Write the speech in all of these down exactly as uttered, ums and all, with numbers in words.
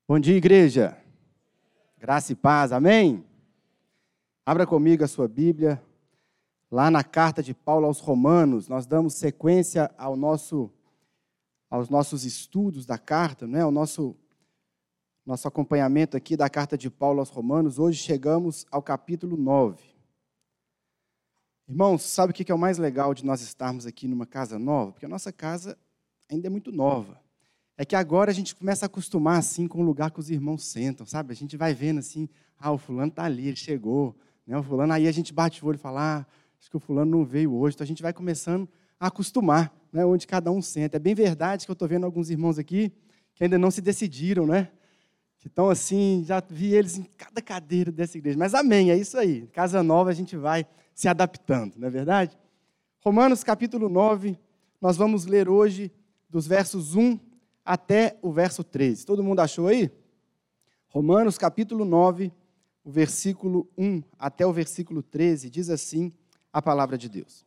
Bom dia, igreja. Graça e paz, amém? Abra comigo a sua Bíblia. Lá na carta de Paulo aos Romanos, nós damos sequência ao nosso, aos nossos estudos da carta, né? Ao nosso, nosso acompanhamento aqui da carta de Paulo aos Romanos. Hoje chegamos ao capítulo nove. Irmãos, sabe o que é o mais legal de nós estarmos aqui numa casa nova? Porque a nossa casa ainda é muito nova. É que agora a gente começa a acostumar, assim, com o lugar que os irmãos sentam, sabe? A gente vai vendo, assim, ah, o fulano está ali, ele chegou, né? O fulano, aí a gente bate o olho e fala, ah, acho que o fulano não veio hoje. Então a gente vai começando a acostumar, né? Onde cada um senta. É bem verdade que eu estou vendo alguns irmãos aqui que ainda não se decidiram, né? Então, assim, já vi eles em cada cadeira dessa igreja. Mas amém, é isso aí. Casa nova a gente vai se adaptando, não é verdade? Romanos capítulo nove, nós vamos ler hoje dos versos um até o verso treze. Todo mundo achou aí? Romanos capítulo nove, o versículo um até o versículo treze, diz assim a palavra de Deus.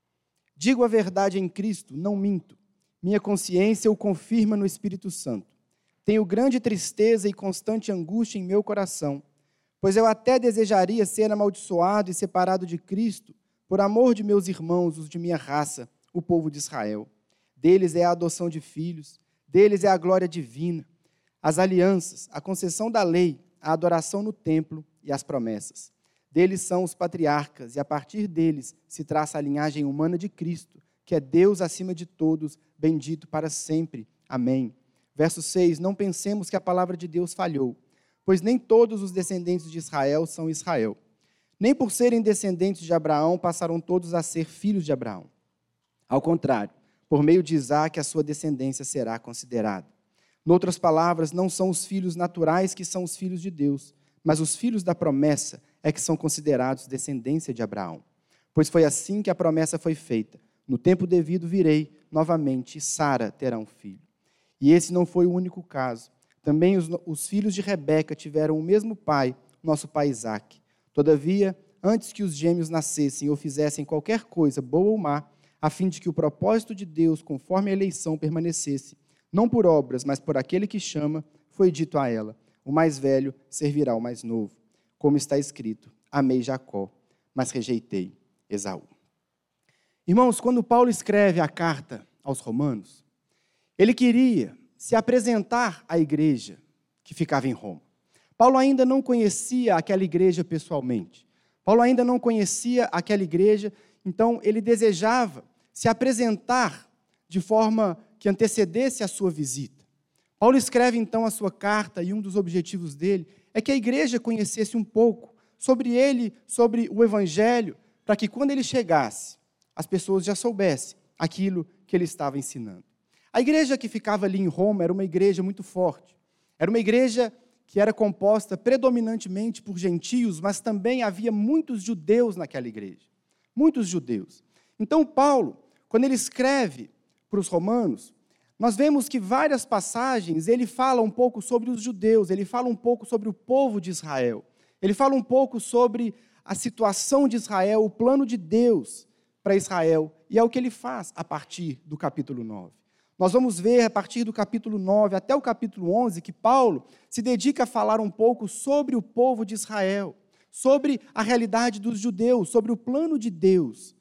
Digo a verdade em Cristo, não minto. Minha consciência o confirma no Espírito Santo. Tenho grande tristeza e constante angústia em meu coração, pois eu até desejaria ser amaldiçoado e separado de Cristo, por amor de meus irmãos, os de minha raça, o povo de Israel. Deles é a adoção de filhos, deles é a glória divina, as alianças, a concessão da lei, a adoração no templo e as promessas. Deles são os patriarcas, e a partir deles se traça a linhagem humana de Cristo, que é Deus acima de todos, bendito para sempre. Amém. Verso seis, não pensemos que a palavra de Deus falhou, pois nem todos os descendentes de Israel são Israel. Nem por serem descendentes de Abraão passaram todos a ser filhos de Abraão. Ao contrário, por meio de Isaque, a sua descendência será considerada. Noutras palavras, não são os filhos naturais que são os filhos de Deus, mas os filhos da promessa é que são considerados descendência de Abraão. Pois foi assim que a promessa foi feita. No tempo devido virei novamente, e Sara terá um filho. E esse não foi o único caso. Também os, os filhos de Rebeca tiveram o mesmo pai, nosso pai Isaque. Todavia, antes que os gêmeos nascessem ou fizessem qualquer coisa, boa ou má, a fim de que o propósito de Deus, conforme a eleição, permanecesse, não por obras, mas por aquele que chama, foi dito a ela, o mais velho servirá ao mais novo. Como está escrito, amei Jacó, mas rejeitei Esaú. Irmãos, quando Paulo escreve a carta aos Romanos, ele queria se apresentar à igreja que ficava em Roma. Paulo ainda não conhecia aquela igreja pessoalmente. Paulo ainda não conhecia aquela igreja, então ele desejava se apresentar de forma que antecedesse a sua visita. Paulo escreve então a sua carta e um dos objetivos dele é que a igreja conhecesse um pouco sobre ele, sobre o evangelho, para que quando ele chegasse, as pessoas já soubessem aquilo que ele estava ensinando. A igreja que ficava ali em Roma era uma igreja muito forte. Era uma igreja que era composta predominantemente por gentios, mas também havia muitos judeus naquela igreja. Muitos judeus. Então, Paulo, quando ele escreve para os romanos, nós vemos que várias passagens ele fala um pouco sobre os judeus, ele fala um pouco sobre o povo de Israel, ele fala um pouco sobre a situação de Israel, o plano de Deus para Israel, e é o que ele faz a partir do capítulo nove. Nós vamos ver a partir do capítulo nove até o capítulo onze que Paulo se dedica a falar um pouco sobre o povo de Israel, sobre a realidade dos judeus, sobre o plano de Deus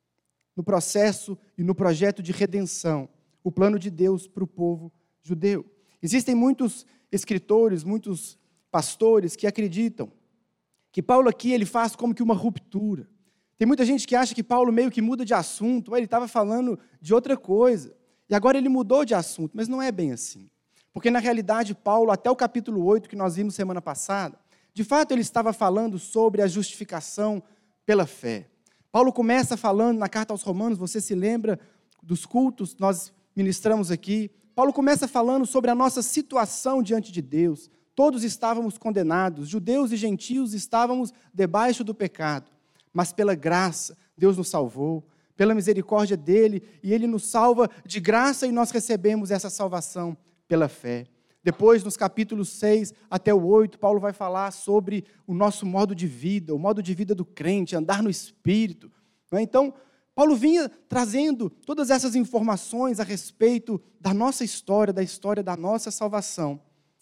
no processo e no projeto de redenção, o plano de Deus para o povo judeu. Existem muitos escritores, muitos pastores que acreditam que Paulo aqui ele faz como que uma ruptura. Tem muita gente que acha que Paulo meio que muda de assunto, ele estava falando de outra coisa, e agora ele mudou de assunto, mas não é bem assim. Porque na realidade Paulo, até o capítulo oito que nós vimos semana passada, de fato ele estava falando sobre a justificação pela fé. Paulo começa falando na carta aos Romanos, você se lembra dos cultos que nós ministramos aqui? Paulo começa falando sobre a nossa situação diante de Deus. Todos estávamos condenados, judeus e gentios estávamos debaixo do pecado. Mas pela graça, Deus nos salvou, pela misericórdia dele, e ele nos salva de graça e nós recebemos essa salvação pela fé. Depois, nos capítulos seis até o oito, Paulo vai falar sobre o nosso modo de vida, o modo de vida do crente, andar no Espírito. Então, Paulo vinha trazendo todas essas informações a respeito da nossa história, da história da nossa salvação.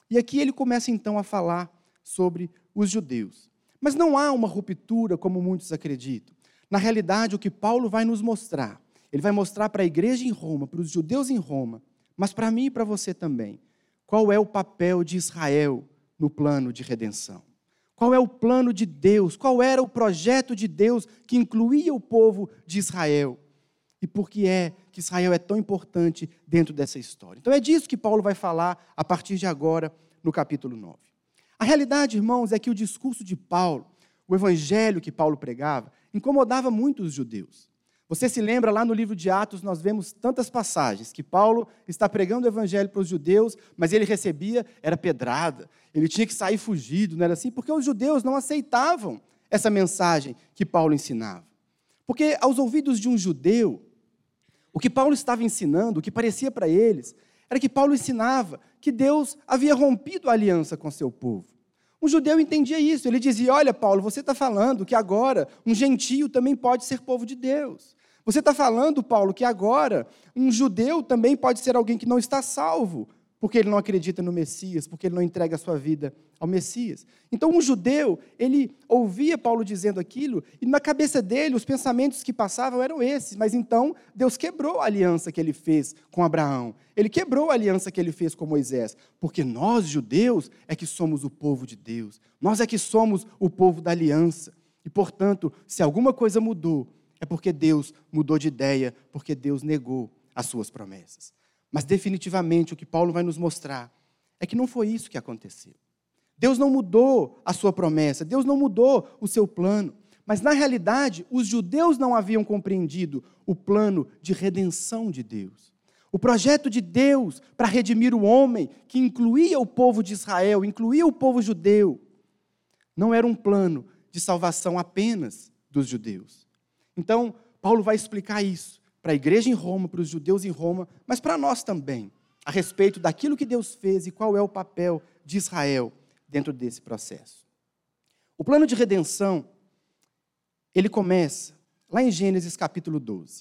E aqui ele começa então a falar sobre os judeus. Mas não há uma ruptura como muitos acreditam. Na realidade, o que Paulo vai nos mostrar, ele vai mostrar para a igreja em Roma, para os judeus em Roma, mas para mim e para você também, qual é o papel de Israel no plano de redenção. Qual é o plano de Deus? Qual era o projeto de Deus que incluía o povo de Israel? E por que é que Israel é tão importante dentro dessa história? Então é disso que Paulo vai falar a partir de agora, no capítulo nove. A realidade, irmãos, é que o discurso de Paulo, o evangelho que Paulo pregava, incomodava muito os judeus. Você se lembra, lá no livro de Atos, nós vemos tantas passagens que Paulo está pregando o evangelho para os judeus, mas ele recebia, era pedrada, ele tinha que sair fugido, não era assim? Porque os judeus não aceitavam essa mensagem que Paulo ensinava. Porque aos ouvidos de um judeu, o que Paulo estava ensinando, o que parecia para eles, era que Paulo ensinava que Deus havia rompido a aliança com seu povo. Um judeu entendia isso, ele dizia, olha Paulo, você está falando que agora um gentio também pode ser povo de Deus. Você está falando, Paulo, que agora um judeu também pode ser alguém que não está salvo, porque ele não acredita no Messias, porque ele não entrega a sua vida ao Messias. Então, um judeu, ele ouvia Paulo dizendo aquilo, e na cabeça dele, os pensamentos que passavam eram esses. Mas então, Deus quebrou a aliança que ele fez com Abraão. Ele quebrou a aliança que ele fez com Moisés. Porque nós, judeus, é que somos o povo de Deus. Nós é que somos o povo da aliança. E, portanto, se alguma coisa mudou, é porque Deus mudou de ideia, porque Deus negou as suas promessas. Mas, definitivamente, o que Paulo vai nos mostrar é que não foi isso que aconteceu. Deus não mudou a sua promessa, Deus não mudou o seu plano. Mas, na realidade, os judeus não haviam compreendido o plano de redenção de Deus. O projeto de Deus para redimir o homem, que incluía o povo de Israel, incluía o povo judeu, não era um plano de salvação apenas dos judeus. Então, Paulo vai explicar isso para a igreja em Roma, para os judeus em Roma, mas para nós também, a respeito daquilo que Deus fez e qual é o papel de Israel dentro desse processo. O plano de redenção, ele começa lá em Gênesis capítulo doze.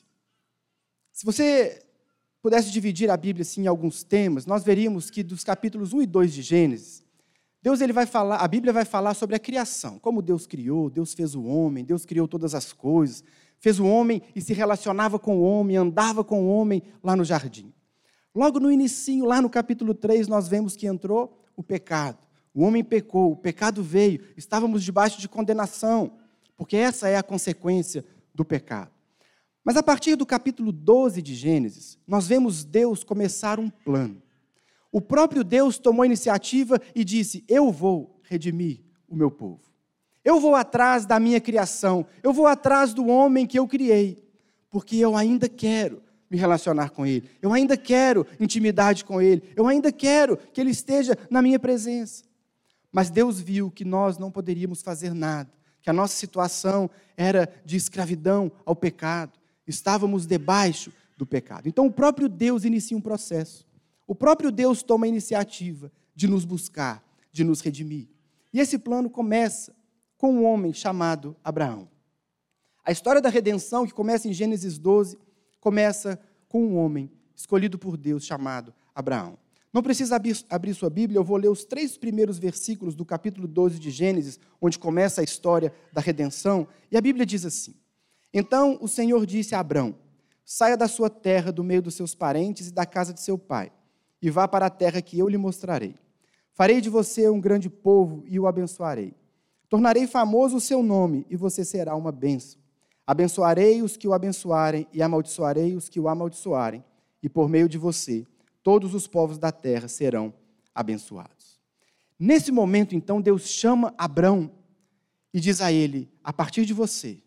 Se você pudesse dividir a Bíblia assim, em alguns temas, nós veríamos que dos capítulos um e dois de Gênesis, Deus ele vai falar, a Bíblia vai falar sobre a criação, como Deus criou, Deus fez o homem, Deus criou todas as coisas, fez o homem e se relacionava com o homem, andava com o homem lá no jardim. Logo no inicinho, lá no capítulo três, nós vemos que entrou o pecado. O homem pecou, o pecado veio, estávamos debaixo de condenação, porque essa é a consequência do pecado. Mas a partir do capítulo doze de Gênesis, nós vemos Deus começar um plano. O próprio Deus tomou a iniciativa e disse, eu vou redimir o meu povo. Eu vou atrás da minha criação, eu vou atrás do homem que eu criei, porque eu ainda quero me relacionar com ele, eu ainda quero intimidade com ele, eu ainda quero que ele esteja na minha presença. Mas Deus viu que nós não poderíamos fazer nada, que a nossa situação era de escravidão ao pecado, estávamos debaixo do pecado. Então o próprio Deus inicia um processo, o próprio Deus toma a iniciativa de nos buscar, de nos redimir. E esse plano começa com um homem chamado Abraão. A história da redenção, que começa em Gênesis doze, começa com um homem escolhido por Deus chamado Abraão. Não precisa abrir sua Bíblia, eu vou ler os três primeiros versículos do capítulo doze de Gênesis, onde começa a história da redenção, e a Bíblia diz assim, então o Senhor disse a Abrão, saia da sua terra, do meio dos seus parentes e da casa de seu pai, e vá para a terra que eu lhe mostrarei. Farei de você um grande povo e o abençoarei. Tornarei famoso o seu nome, e você será uma bênção. Abençoarei os que o abençoarem, e amaldiçoarei os que o amaldiçoarem, e por meio de você, todos os povos da terra serão abençoados. Nesse momento, então, Deus chama Abrão e diz a ele, a partir de você,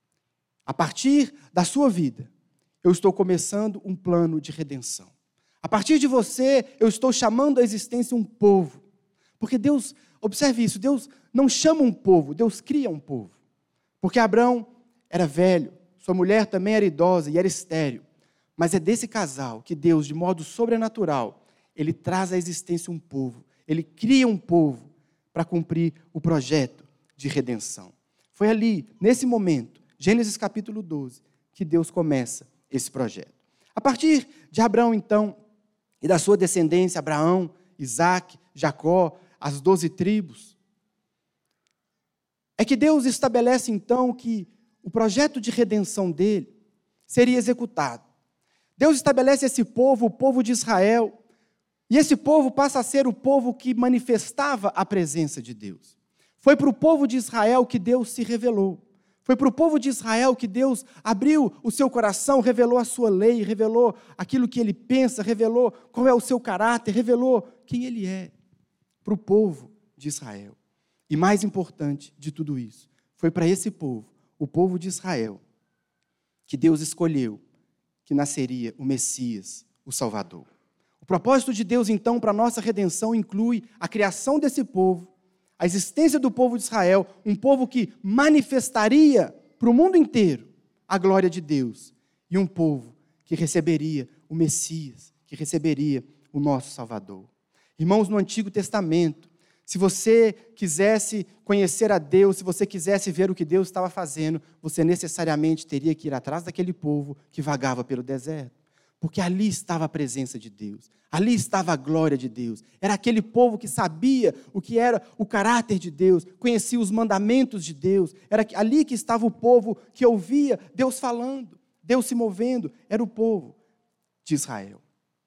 a partir da sua vida, eu estou começando um plano de redenção. A partir de você, eu estou chamando à existência um povo. Porque Deus, observe isso, Deus não chama um povo, Deus cria um povo. Porque Abrão era velho, sua mulher também era idosa e era estéril. Mas é desse casal que Deus, de modo sobrenatural, ele traz à existência um povo. Ele cria um povo para cumprir o projeto de redenção. Foi ali, nesse momento, Gênesis capítulo doze, que Deus começa esse projeto. A partir de Abraão, então, e da sua descendência, Abraão, Isaque, Jacó, as doze tribos, é que Deus estabelece então que o projeto de redenção dele seria executado. Deus estabelece esse povo, o povo de Israel, e esse povo passa a ser o povo que manifestava a presença de Deus. Foi para o povo de Israel que Deus se revelou. Foi para o povo de Israel que Deus abriu o seu coração, revelou a sua lei, revelou aquilo que ele pensa, revelou qual é o seu caráter, revelou quem ele é. Para o povo de Israel. E mais importante de tudo isso, foi para esse povo, o povo de Israel, que Deus escolheu que nasceria o Messias, o Salvador. O propósito de Deus, então, para a nossa redenção inclui a criação desse povo, a existência do povo de Israel, um povo que manifestaria para o mundo inteiro a glória de Deus, e um povo que receberia o Messias, que receberia o nosso Salvador. Irmãos, no Antigo Testamento, se você quisesse conhecer a Deus, se você quisesse ver o que Deus estava fazendo, você necessariamente teria que ir atrás daquele povo que vagava pelo deserto. Porque ali estava a presença de Deus, ali estava a glória de Deus. Era aquele povo que sabia o que era o caráter de Deus, conhecia os mandamentos de Deus. Era ali que estava o povo que ouvia Deus falando, Deus se movendo. Era o povo de Israel.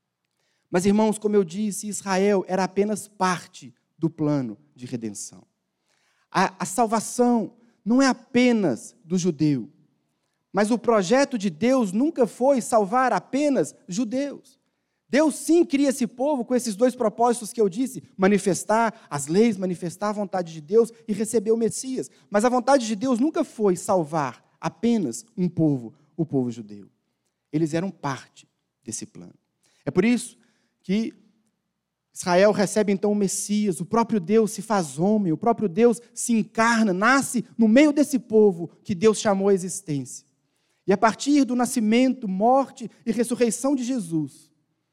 Mas, irmãos, como eu disse, Israel era apenas parte do plano de redenção. A, a salvação não é apenas do judeu. Mas o projeto de Deus nunca foi salvar apenas judeus. Deus sim cria esse povo com esses dois propósitos que eu disse, manifestar as leis, manifestar a vontade de Deus e receber o Messias. Mas a vontade de Deus nunca foi salvar apenas um povo, o povo judeu. Eles eram parte desse plano. É por isso que Israel recebe então o Messias, o próprio Deus se faz homem, o próprio Deus se encarna, nasce no meio desse povo que Deus chamou à existência. E a partir do nascimento, morte e ressurreição de Jesus,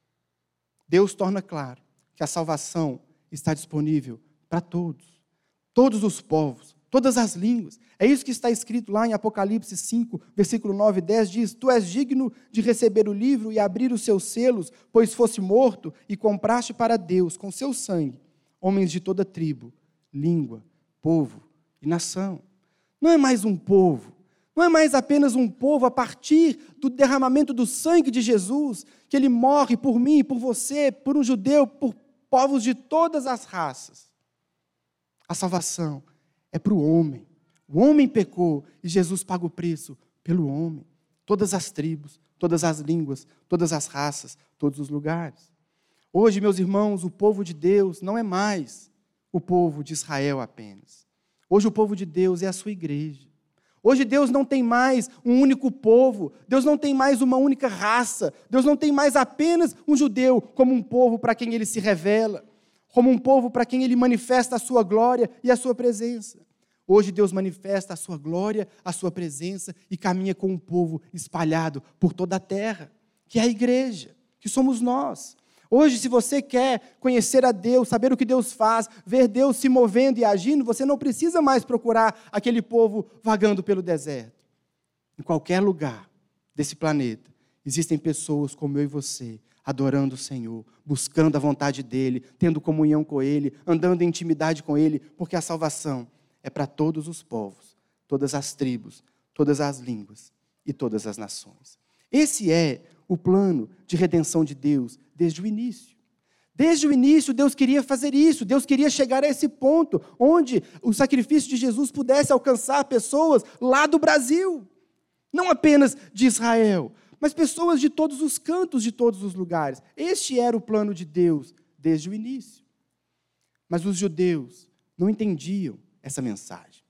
Deus torna claro que a salvação está disponível para todos, todos os povos, todas as línguas. É isso que está escrito lá em Apocalipse cinco, versículo nove e dez, diz: Tu és digno de receber o livro e abrir os seus selos, pois fosse morto e compraste para Deus, com seu sangue, homens de toda tribo, língua, povo e nação. Não é mais um povo, não é mais apenas um povo a partir do derramamento do sangue de Jesus, que ele morre por mim, por você, por um judeu, por povos de todas as raças. A salvação é para o homem. O homem pecou e Jesus paga o preço pelo homem. Todas as tribos, todas as línguas, todas as raças, todos os lugares. Hoje, meus irmãos, o povo de Deus não é mais o povo de Israel apenas. Hoje o povo de Deus é a sua igreja. Hoje Deus não tem mais um único povo, Deus não tem mais uma única raça, Deus não tem mais apenas um judeu como um povo para quem ele se revela, como um povo para quem ele manifesta a sua glória e a sua presença. Hoje Deus manifesta a sua glória, a sua presença e caminha com um povo espalhado por toda a terra, que é a igreja, que somos nós. Hoje, se você quer conhecer a Deus, saber o que Deus faz, ver Deus se movendo e agindo, você não precisa mais procurar aquele povo vagando pelo deserto. Em qualquer lugar desse planeta, existem pessoas como eu e você, adorando o Senhor, buscando a vontade dEle, tendo comunhão com Ele, andando em intimidade com Ele, porque a salvação é para todos os povos, todas as tribos, todas as línguas e todas as nações. Esse é o plano de redenção de Deus desde o início. Desde o início, Deus queria fazer isso, Deus queria chegar a esse ponto, onde o sacrifício de Jesus pudesse alcançar pessoas lá do Brasil. Não apenas de Israel, mas pessoas de todos os cantos, de todos os lugares. Este era o plano de Deus desde o início. Mas os judeus não entendiam essa mensagem.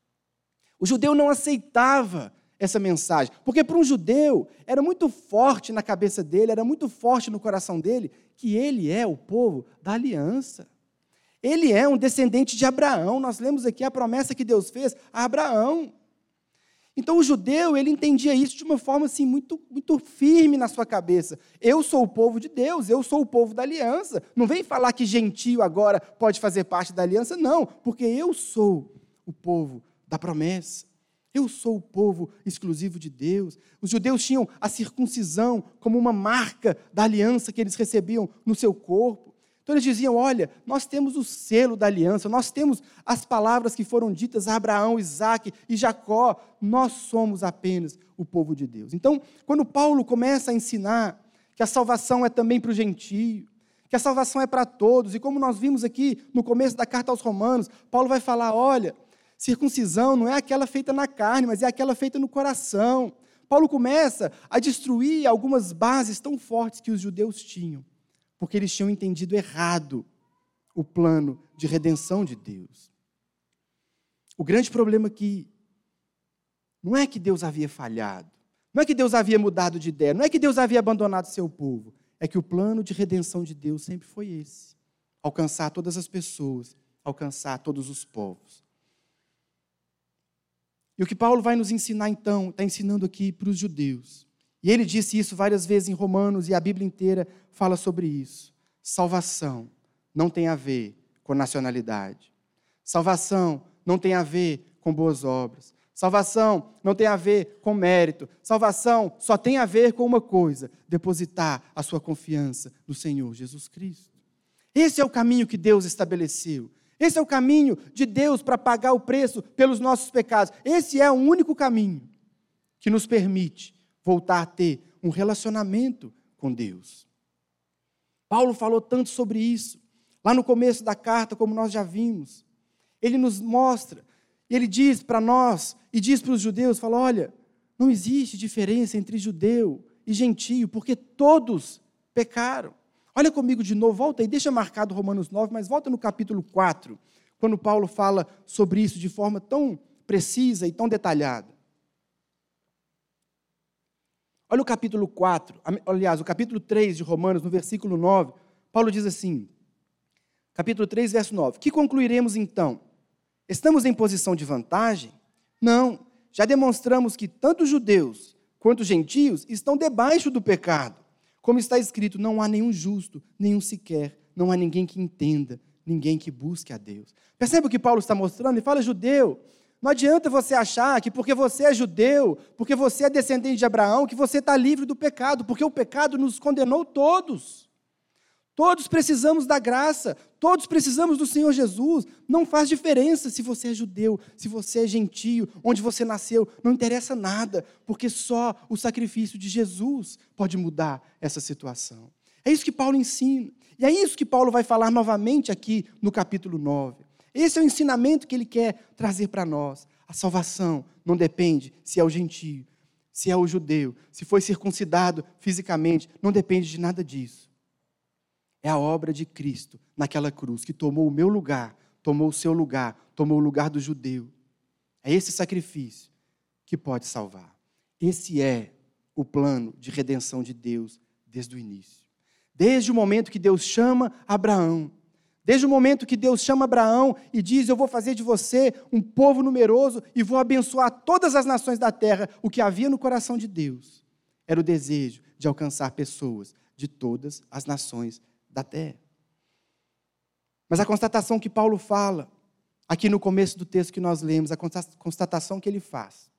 O judeu não aceitava essa mensagem, porque para um judeu era muito forte na cabeça dele, era muito forte no coração dele, que ele é o povo da aliança. Ele é um descendente de Abraão. Nós lemos aqui a promessa que Deus fez a Abraão. Então o judeu, ele entendia isso de uma forma assim, muito, muito firme na sua cabeça. Eu sou o povo de Deus, eu sou o povo da aliança. Não vem falar que gentio agora pode fazer parte da aliança, não, porque eu sou o povo da promessa. Eu sou o povo exclusivo de Deus. Os judeus tinham a circuncisão como uma marca da aliança que eles recebiam no seu corpo. Então eles diziam, olha, nós temos o selo da aliança, nós temos as palavras que foram ditas a Abraão, Isaque e Jacó, nós somos apenas o povo de Deus. Então, quando Paulo começa a ensinar que a salvação é também para o gentio, que a salvação é para todos, e como nós vimos aqui no começo da carta aos Romanos, Paulo vai falar, olha, circuncisão não é aquela feita na carne, mas é aquela feita no coração. Paulo começa a destruir algumas bases tão fortes que os judeus tinham, porque eles tinham entendido errado o plano de redenção de Deus. O grande problema aqui não é que Deus havia falhado, não é que Deus havia mudado de ideia, não é que Deus havia abandonado seu povo, é que o plano de redenção de Deus sempre foi esse, alcançar todas as pessoas, alcançar todos os povos. E o que Paulo vai nos ensinar então, está ensinando aqui para os judeus. E ele disse isso várias vezes em Romanos, e a Bíblia inteira fala sobre isso. Salvação não tem a ver com nacionalidade. Salvação não tem a ver com boas obras. Salvação não tem a ver com mérito. Salvação só tem a ver com uma coisa: depositar a sua confiança no Senhor Jesus Cristo. Esse é o caminho que Deus estabeleceu. Esse é o caminho de Deus para pagar o preço pelos nossos pecados. Esse é o único caminho que nos permite voltar a ter um relacionamento com Deus. Paulo falou tanto sobre isso, lá no começo da carta, como nós já vimos. Ele nos mostra, ele diz para nós, e diz para os judeus, fala, olha, não existe diferença entre judeu e gentio, porque todos pecaram. Olha comigo de novo, volta aí, deixa marcado Romanos nove, mas volta no capítulo quatro, quando Paulo fala sobre isso de forma tão precisa e tão detalhada. Olha o capítulo quatro, aliás, o capítulo três de Romanos, no versículo nove, Paulo diz assim, capítulo três, verso nove, que concluiremos então? Estamos em posição de vantagem? Não, já demonstramos que tanto os judeus quanto os gentios estão debaixo do pecado. Como está escrito, não há nenhum justo, nenhum sequer, não há ninguém que entenda, ninguém que busque a Deus. Percebe o que Paulo está mostrando? Ele fala, judeu, não adianta você achar que porque você é judeu, porque você é descendente de Abraão, que você está livre do pecado, porque o pecado nos condenou todos. Todos precisamos da graça, todos precisamos do Senhor Jesus. Não faz diferença se você é judeu, se você é gentio, onde você nasceu, não interessa nada, porque só o sacrifício de Jesus pode mudar essa situação. É isso que Paulo ensina, e é isso que Paulo vai falar novamente aqui no capítulo nove. Esse é o ensinamento que ele quer trazer para nós. A salvação não depende se é o gentio, se é o judeu, se foi circuncidado fisicamente, não depende de nada disso. É a obra de Cristo naquela cruz, que tomou o meu lugar, tomou o seu lugar, tomou o lugar do judeu. É esse sacrifício que pode salvar. Esse é o plano de redenção de Deus desde o início. Desde o momento que Deus chama Abraão, desde o momento que Deus chama Abraão e diz, eu vou fazer de você um povo numeroso e vou abençoar todas as nações da terra, o que havia no coração de Deus era o desejo de alcançar pessoas de todas as nações da terra. Mas a constatação que Paulo fala, aqui no começo do texto que nós lemos, a constatação que ele faz,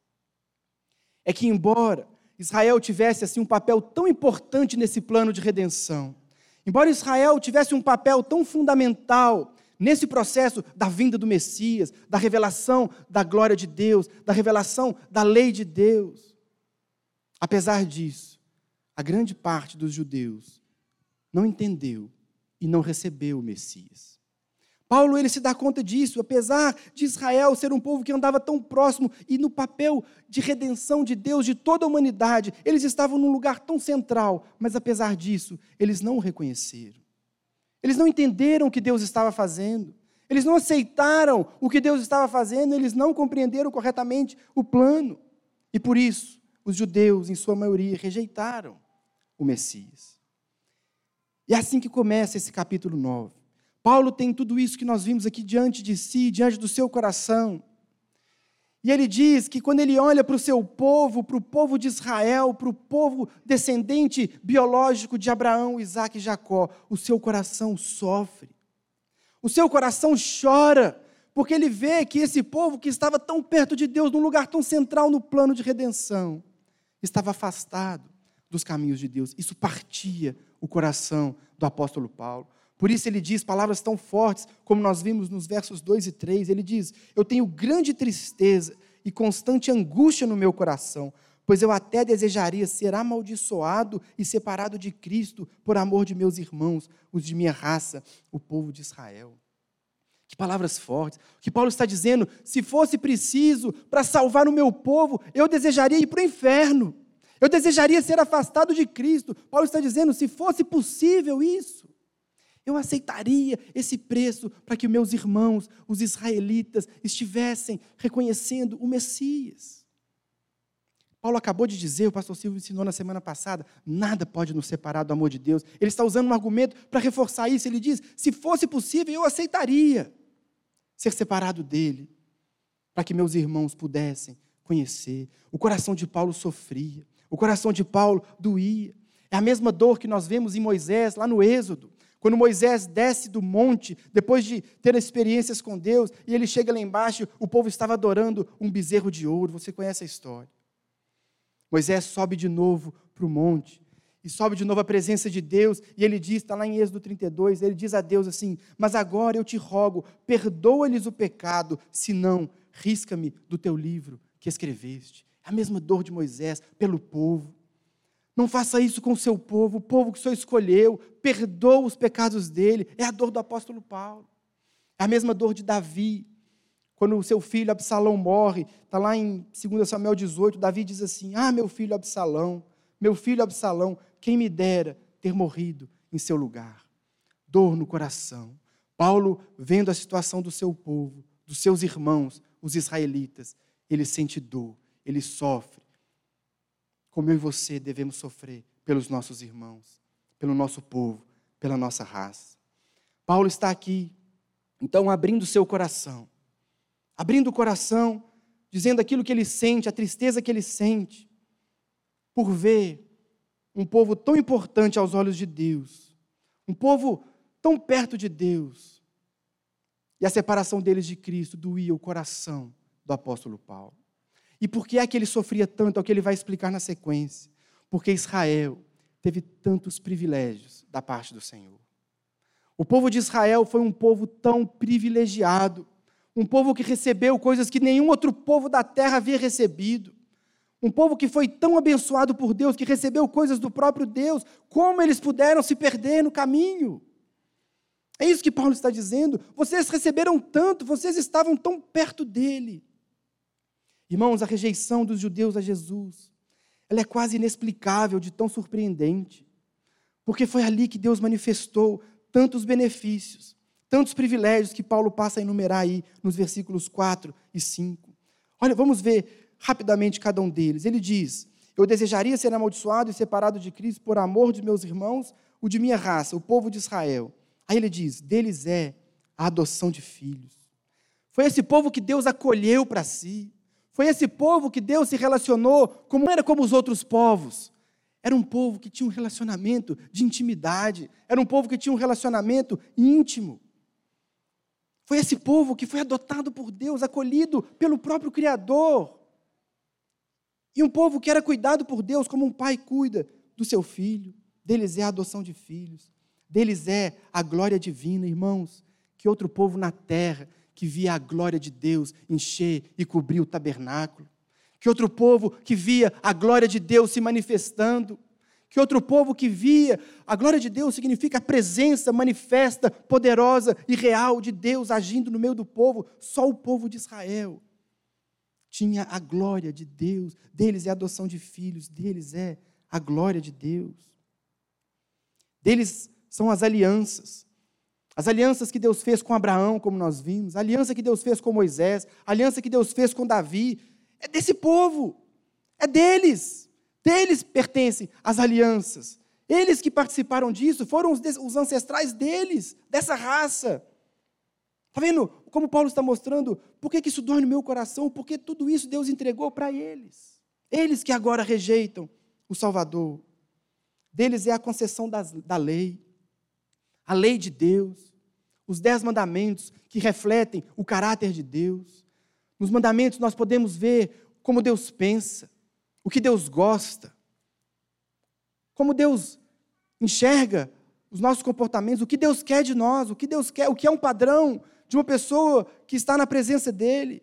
é que embora Israel tivesse assim, um papel tão importante nesse plano de redenção, embora Israel tivesse um papel tão fundamental nesse processo da vinda do Messias, da revelação da glória de Deus, da revelação da lei de Deus, apesar disso, a grande parte dos judeus não entendeu e não recebeu o Messias. Paulo, ele se dá conta disso, apesar de Israel ser um povo que andava tão próximo e no papel de redenção de Deus, de toda a humanidade, eles estavam num lugar tão central, mas apesar disso, eles não o reconheceram. Eles não entenderam o que Deus estava fazendo, eles não aceitaram o que Deus estava fazendo, eles não compreenderam corretamente o plano. E por isso, os judeus, em sua maioria, rejeitaram o Messias. E é assim que começa esse capítulo nove. Paulo tem tudo isso que nós vimos aqui diante de si, diante do seu coração. E ele diz que quando ele olha para o seu povo, para o povo de Israel, para o povo descendente biológico de Abraão, Isaque e Jacó, o seu coração sofre. O seu coração chora, porque ele vê que esse povo que estava tão perto de Deus, num lugar tão central no plano de redenção, estava afastado dos caminhos de Deus. Isso partia o coração do apóstolo Paulo. Por isso ele diz palavras tão fortes, como nós vimos nos versos dois e três. Ele diz: eu tenho grande tristeza e constante angústia no meu coração, pois eu até desejaria ser amaldiçoado e separado de Cristo por amor de meus irmãos, os de minha raça, o povo de Israel. Que palavras fortes. O que Paulo está dizendo: se fosse preciso para salvar o meu povo, eu desejaria ir para o inferno. Eu desejaria ser afastado de Cristo. Paulo está dizendo: se fosse possível isso, eu aceitaria esse preço para que meus irmãos, os israelitas, estivessem reconhecendo o Messias. Paulo acabou de dizer, o pastor Silvio ensinou na semana passada, nada pode nos separar do amor de Deus. Ele está usando um argumento para reforçar isso. Ele diz: se fosse possível, eu aceitaria ser separado dele, para que meus irmãos pudessem conhecer. O coração de Paulo sofria, o coração de Paulo doía. É a mesma dor que nós vemos em Moisés, lá no Êxodo. Quando Moisés desce do monte, depois de ter experiências com Deus, e ele chega lá embaixo, o povo estava adorando um bezerro de ouro. Você conhece a história. Moisés sobe de novo para o monte, e sobe de novo à presença de Deus, e ele diz, está lá em Êxodo trinta e dois, ele diz a Deus assim: mas agora eu te rogo, perdoa-lhes o pecado, senão risca-me do teu livro que escreveste. É a mesma dor de Moisés pelo povo. Não faça isso com o seu povo, o povo que o Senhor escolheu, perdoa os pecados dele. É a dor do apóstolo Paulo. É a mesma dor de Davi. Quando o seu filho Absalão morre, está lá em dois Samuel dezoito, Davi diz assim: ah, meu filho Absalão, meu filho Absalão, quem me dera ter morrido em seu lugar. Dor no coração. Paulo, vendo a situação do seu povo, dos seus irmãos, os israelitas, ele sente dor, ele sofre. Como eu e você devemos sofrer pelos nossos irmãos, pelo nosso povo, pela nossa raça. Paulo está aqui, então, abrindo o seu coração, abrindo o coração, dizendo aquilo que ele sente, a tristeza que ele sente, por ver um povo tão importante aos olhos de Deus, um povo tão perto de Deus, e a separação deles de Cristo doía o coração do apóstolo Paulo. E por que é que ele sofria tanto? É o que ele vai explicar na sequência. Porque Israel teve tantos privilégios da parte do Senhor. O povo de Israel foi um povo tão privilegiado, um povo que recebeu coisas que nenhum outro povo da terra havia recebido, um povo que foi tão abençoado por Deus, que recebeu coisas do próprio Deus. Como eles puderam se perder no caminho? É isso que Paulo está dizendo. Vocês receberam tanto, vocês estavam tão perto dele. Irmãos, a rejeição dos judeus a Jesus, ela é quase inexplicável, de tão surpreendente, porque foi ali que Deus manifestou tantos benefícios, tantos privilégios que Paulo passa a enumerar aí nos versículos quatro e cinco. Olha, vamos ver rapidamente cada um deles. Ele diz: eu desejaria ser amaldiçoado e separado de Cristo por amor de meus irmãos, o de minha raça, o povo de Israel. Aí ele diz: deles é a adoção de filhos. Foi esse povo que Deus acolheu para si. Foi esse povo que Deus se relacionou, como não era como os outros povos. Era um povo que tinha um relacionamento de intimidade. Era um povo que tinha um relacionamento íntimo. Foi esse povo que foi adotado por Deus, acolhido pelo próprio Criador. E um povo que era cuidado por Deus como um pai cuida do seu filho. Deles é a adoção de filhos. Deles é a glória divina, irmãos. Que outro povo na terra que via a glória de Deus encher e cobrir o tabernáculo? Que outro povo que via a glória de Deus se manifestando? Que outro povo que via a glória de Deus significa a presença manifesta, poderosa e real de Deus agindo no meio do povo? Só o povo de Israel tinha a glória de Deus. Deles é a adoção de filhos, deles é a glória de Deus. Deles são as alianças. As alianças que Deus fez com Abraão, como nós vimos, a aliança que Deus fez com Moisés, a aliança que Deus fez com Davi, é desse povo, é deles. Deles pertencem as alianças. Eles que participaram disso, foram os, os ancestrais deles, dessa raça. Está vendo como Paulo está mostrando? Por que, que isso dói no meu coração? Porque tudo isso Deus entregou para eles. Eles que agora rejeitam o Salvador. Deles é a concessão das, da lei. A lei de Deus. Os dez mandamentos que refletem o caráter de Deus. Nos mandamentos nós podemos ver como Deus pensa, o que Deus gosta, como Deus enxerga os nossos comportamentos, o que Deus quer de nós, o que Deus quer, o que é um padrão de uma pessoa que está na presença dEle.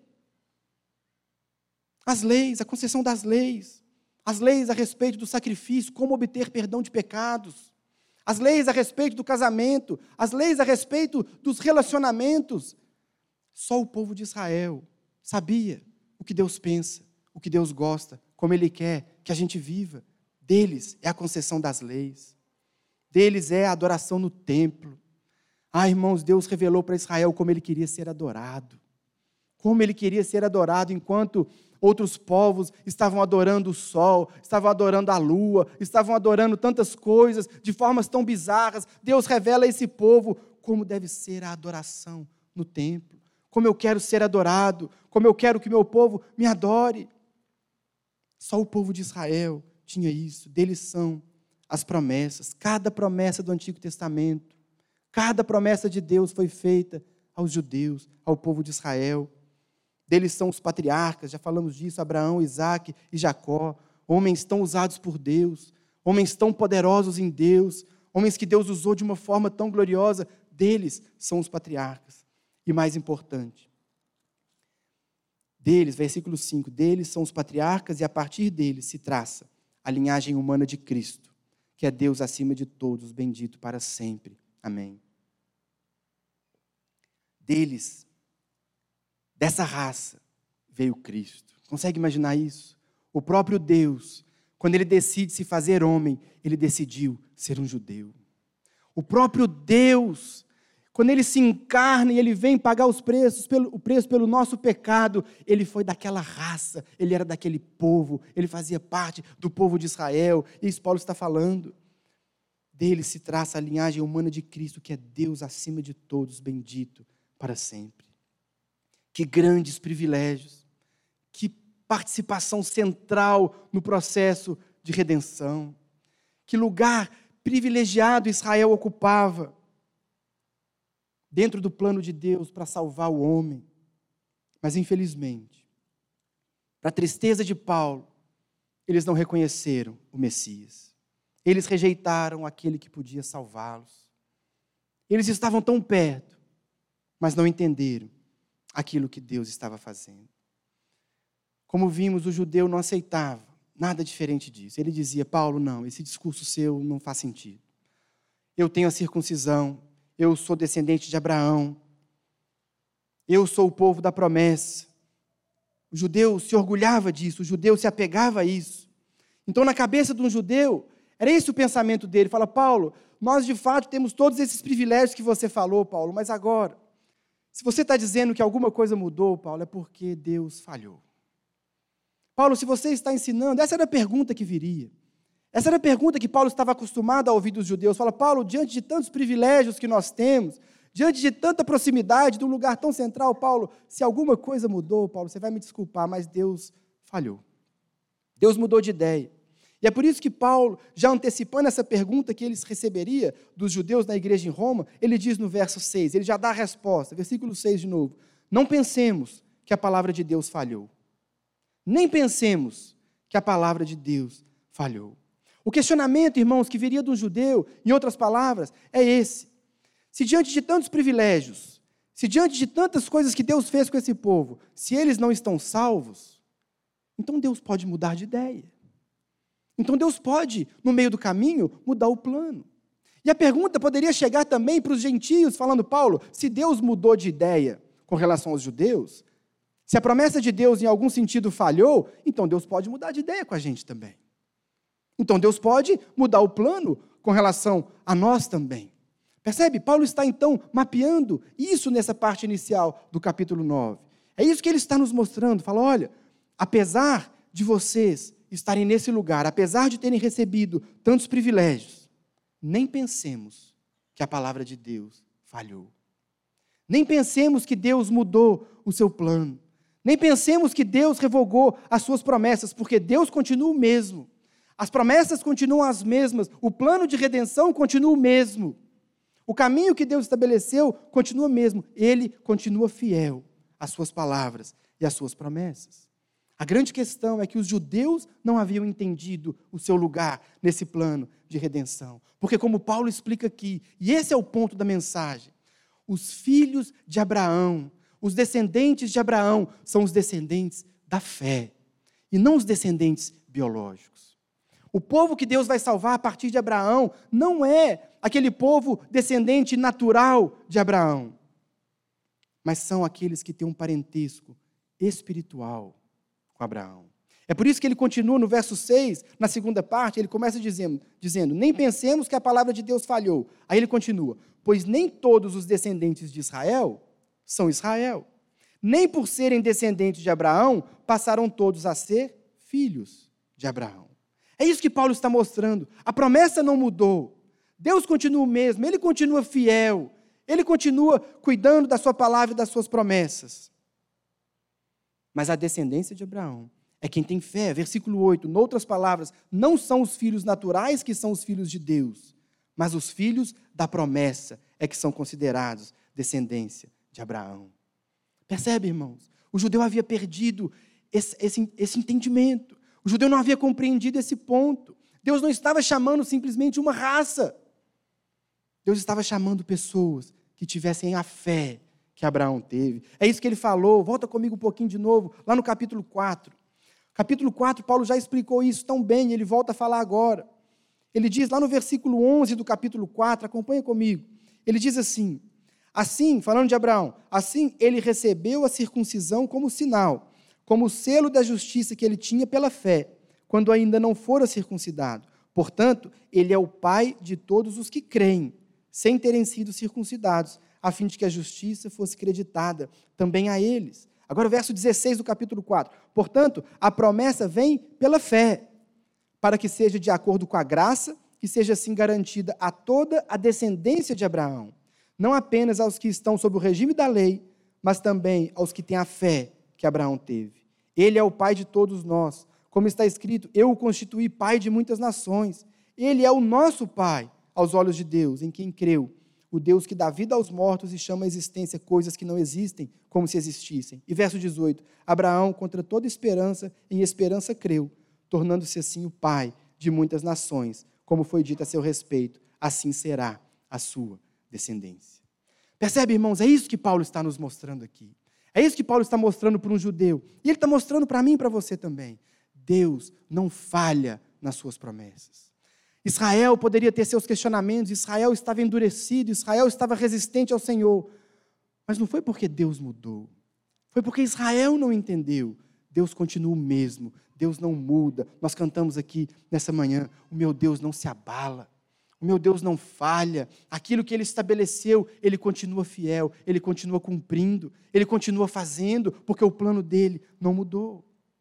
As leis, a concessão das leis, as leis a respeito do sacrifício, como obter perdão de pecados, as leis a respeito do casamento, as leis a respeito dos relacionamentos. Só o povo de Israel sabia o que Deus pensa, o que Deus gosta, como Ele quer que a gente viva. Deles é a concessão das leis. Deles é a adoração no templo. Ah, irmãos, Deus revelou para Israel como Ele queria ser adorado. Como Ele queria ser adorado enquanto outros povos estavam adorando o sol, estavam adorando a lua, estavam adorando tantas coisas de formas tão bizarras. Deus revela a esse povo como deve ser a adoração no templo. Como eu quero ser adorado, como eu quero que meu povo me adore. Só o povo de Israel tinha isso. Deles são as promessas. Cada promessa do Antigo Testamento, cada promessa de Deus foi feita aos judeus, ao povo de Israel. Deles são os patriarcas, já falamos disso, Abraão, Isaque e Jacó, homens tão usados por Deus, homens tão poderosos em Deus, homens que Deus usou de uma forma tão gloriosa. Deles são os patriarcas. E mais importante, deles, versículo cinco, deles são os patriarcas e a partir deles se traça a linhagem humana de Cristo, que é Deus acima de todos, bendito para sempre. Amém. Deles, dessa raça, veio Cristo. Consegue imaginar isso? O próprio Deus, quando Ele decide se fazer homem, Ele decidiu ser um judeu. O próprio Deus, quando Ele se encarna e Ele vem pagar os preços, pelo, o preço pelo nosso pecado, Ele foi daquela raça, Ele era daquele povo, Ele fazia parte do povo de Israel. E isso Paulo está falando. Dele se traça a linhagem humana de Cristo, que é Deus acima de todos, bendito para sempre. Que grandes privilégios, que participação central no processo de redenção, que lugar privilegiado Israel ocupava dentro do plano de Deus para salvar o homem. Mas, infelizmente, para a tristeza de Paulo, eles não reconheceram o Messias. Eles rejeitaram aquele que podia salvá-los. Eles estavam tão perto, mas não entenderam aquilo que Deus estava fazendo. Como vimos, o judeu não aceitava nada diferente disso. Ele dizia: Paulo, não, esse discurso seu não faz sentido. Eu tenho a circuncisão, eu sou descendente de Abraão, eu sou o povo da promessa. O judeu se orgulhava disso, o judeu se apegava a isso. Então, na cabeça de um judeu, era esse o pensamento dele. Fala: Paulo, nós de fato temos todos esses privilégios que você falou, Paulo, mas agora, se você está dizendo que alguma coisa mudou, Paulo, é porque Deus falhou. Paulo, se você está ensinando, essa era a pergunta que viria. Essa era a pergunta que Paulo estava acostumado a ouvir dos judeus. Fala: Paulo, diante de tantos privilégios que nós temos, diante de tanta proximidade, de um lugar tão central, Paulo, se alguma coisa mudou, Paulo, você vai me desculpar, mas Deus falhou. Deus mudou de ideia. E é por isso que Paulo, já antecipando essa pergunta que eles receberiam dos judeus na igreja em Roma, ele diz no verso seis, ele já dá a resposta, versículo seis de novo: não pensemos que a palavra de Deus falhou. Nem pensemos que a palavra de Deus falhou. O questionamento, irmãos, que viria de um judeu, em outras palavras, é esse: se diante de tantos privilégios, se diante de tantas coisas que Deus fez com esse povo, se eles não estão salvos, então Deus pode mudar de ideia. Então Deus pode, no meio do caminho, mudar o plano. E a pergunta poderia chegar também para os gentios, falando: Paulo, se Deus mudou de ideia com relação aos judeus, se a promessa de Deus em algum sentido falhou, então Deus pode mudar de ideia com a gente também. Então Deus pode mudar o plano com relação a nós também. Percebe? Paulo está então mapeando isso nessa parte inicial do capítulo nove. É isso que ele está nos mostrando. Fala: olha, apesar de vocês estarem nesse lugar, apesar de terem recebido tantos privilégios, nem pensemos que a palavra de Deus falhou. Nem pensemos que Deus mudou o seu plano. Nem pensemos que Deus revogou as suas promessas, porque Deus continua o mesmo. As promessas continuam as mesmas, o plano de redenção continua o mesmo. O caminho que Deus estabeleceu continua o mesmo. Ele continua fiel às suas palavras e às suas promessas. A grande questão é que os judeus não haviam entendido o seu lugar nesse plano de redenção. Porque, como Paulo explica aqui, e esse é o ponto da mensagem, os filhos de Abraão, os descendentes de Abraão, são os descendentes da fé, e não os descendentes biológicos. O povo que Deus vai salvar a partir de Abraão não é aquele povo descendente natural de Abraão, mas são aqueles que têm um parentesco espiritual com Abraão. É por isso que ele continua no verso seis, na segunda parte, ele começa dizendo, dizendo, nem pensemos que a palavra de Deus falhou. Aí ele continua, pois nem todos os descendentes de Israel são Israel. Nem por serem descendentes de Abraão, passaram todos a ser filhos de Abraão. É isso que Paulo está mostrando. A promessa não mudou. Deus continua o mesmo, Ele continua fiel. Ele continua cuidando da sua palavra e das suas promessas. Mas a descendência de Abraão é quem tem fé. Versículo oito, noutras palavras, não são os filhos naturais que são os filhos de Deus, mas os filhos da promessa é que são considerados descendência de Abraão. Percebe, irmãos? O judeu havia perdido esse, esse, esse entendimento. O judeu não havia compreendido esse ponto. Deus não estava chamando simplesmente uma raça. Deus estava chamando pessoas que tivessem a fé que Abraão teve. É isso que ele falou. Volta comigo um pouquinho de novo, lá no capítulo quatro. Capítulo quatro, Paulo já explicou isso tão bem, ele volta a falar agora. Ele diz lá no versículo onze do capítulo quatro, acompanha comigo. Ele diz assim, assim, falando de Abraão, assim ele recebeu a circuncisão como sinal, como selo da justiça que ele tinha pela fé, quando ainda não fora circuncidado. Portanto, ele é o pai de todos os que creem, sem terem sido circuncidados, a fim de que a justiça fosse creditada também a eles. Agora o verso dezesseis do capítulo quatro. Portanto, a promessa vem pela fé, para que seja de acordo com a graça, que seja assim garantida a toda a descendência de Abraão, não apenas aos que estão sob o regime da lei, mas também aos que têm a fé que Abraão teve. Ele é o pai de todos nós. Como está escrito, eu o constituí pai de muitas nações. Ele é o nosso pai, aos olhos de Deus, em quem creu. O Deus que dá vida aos mortos e chama à existência coisas que não existem, como se existissem. E verso dezoito, Abraão, contra toda esperança, em esperança creu, tornando-se assim o pai de muitas nações, como foi dito a seu respeito, assim será a sua descendência. Percebe, irmãos? É isso que Paulo está nos mostrando aqui. É isso que Paulo está mostrando para um judeu. E ele está mostrando para mim e para você também. Deus não falha nas suas promessas. Israel poderia ter seus questionamentos, Israel estava endurecido, Israel estava resistente ao Senhor. Mas não foi porque Deus mudou. Foi porque Israel não entendeu. Deus continua o mesmo. Deus não muda. Nós cantamos aqui nessa manhã, o meu Deus não se abala. O meu Deus não falha. Aquilo que Ele estabeleceu, Ele continua fiel. Ele continua cumprindo. Ele continua fazendo, porque o plano dEle não mudou.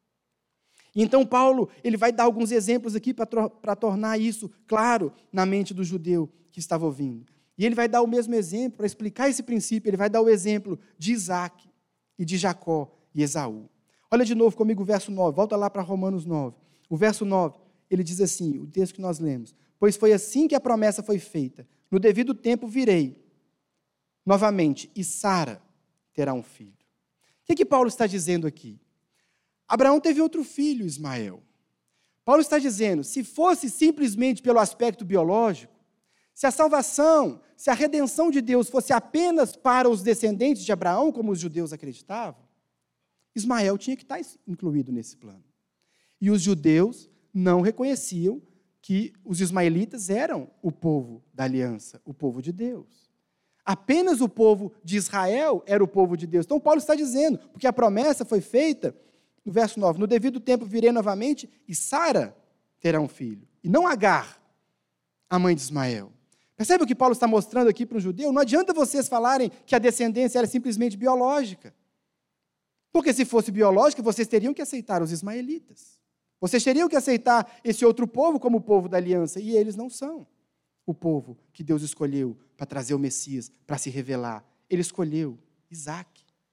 Então Paulo, ele vai dar alguns exemplos aqui para tornar isso claro na mente do judeu que estava ouvindo. E ele vai dar o mesmo exemplo, para explicar esse princípio, ele vai dar o exemplo de Isaac e de Jacó e Esaú. Olha de novo comigo o verso nove, volta lá para Romanos nove. O verso nove, ele diz assim, o texto que nós lemos, pois foi assim que a promessa foi feita, no devido tempo virei novamente, e Sara terá um filho. O que, que Paulo está dizendo aqui? Abraão teve outro filho, Ismael. Paulo está dizendo, se fosse simplesmente pelo aspecto biológico, se a salvação, se a redenção de Deus fosse apenas para os descendentes de Abraão, como os judeus acreditavam, Ismael tinha que estar incluído nesse plano. E os judeus não reconheciam que os ismaelitas eram o povo da aliança, o povo de Deus. Apenas o povo de Israel era o povo de Deus. Então Paulo está dizendo, porque a promessa foi feita, no verso nove, no devido tempo virei novamente e Sara terá um filho. E não Agar, a mãe de Ismael. Percebe o que Paulo está mostrando aqui para um judeu? Não adianta vocês falarem que a descendência era simplesmente biológica. Porque se fosse biológica, vocês teriam que aceitar os ismaelitas. Vocês teriam que aceitar esse outro povo como o povo da aliança. E eles não são o povo que Deus escolheu para trazer o Messias, para se revelar. Ele escolheu Isaac.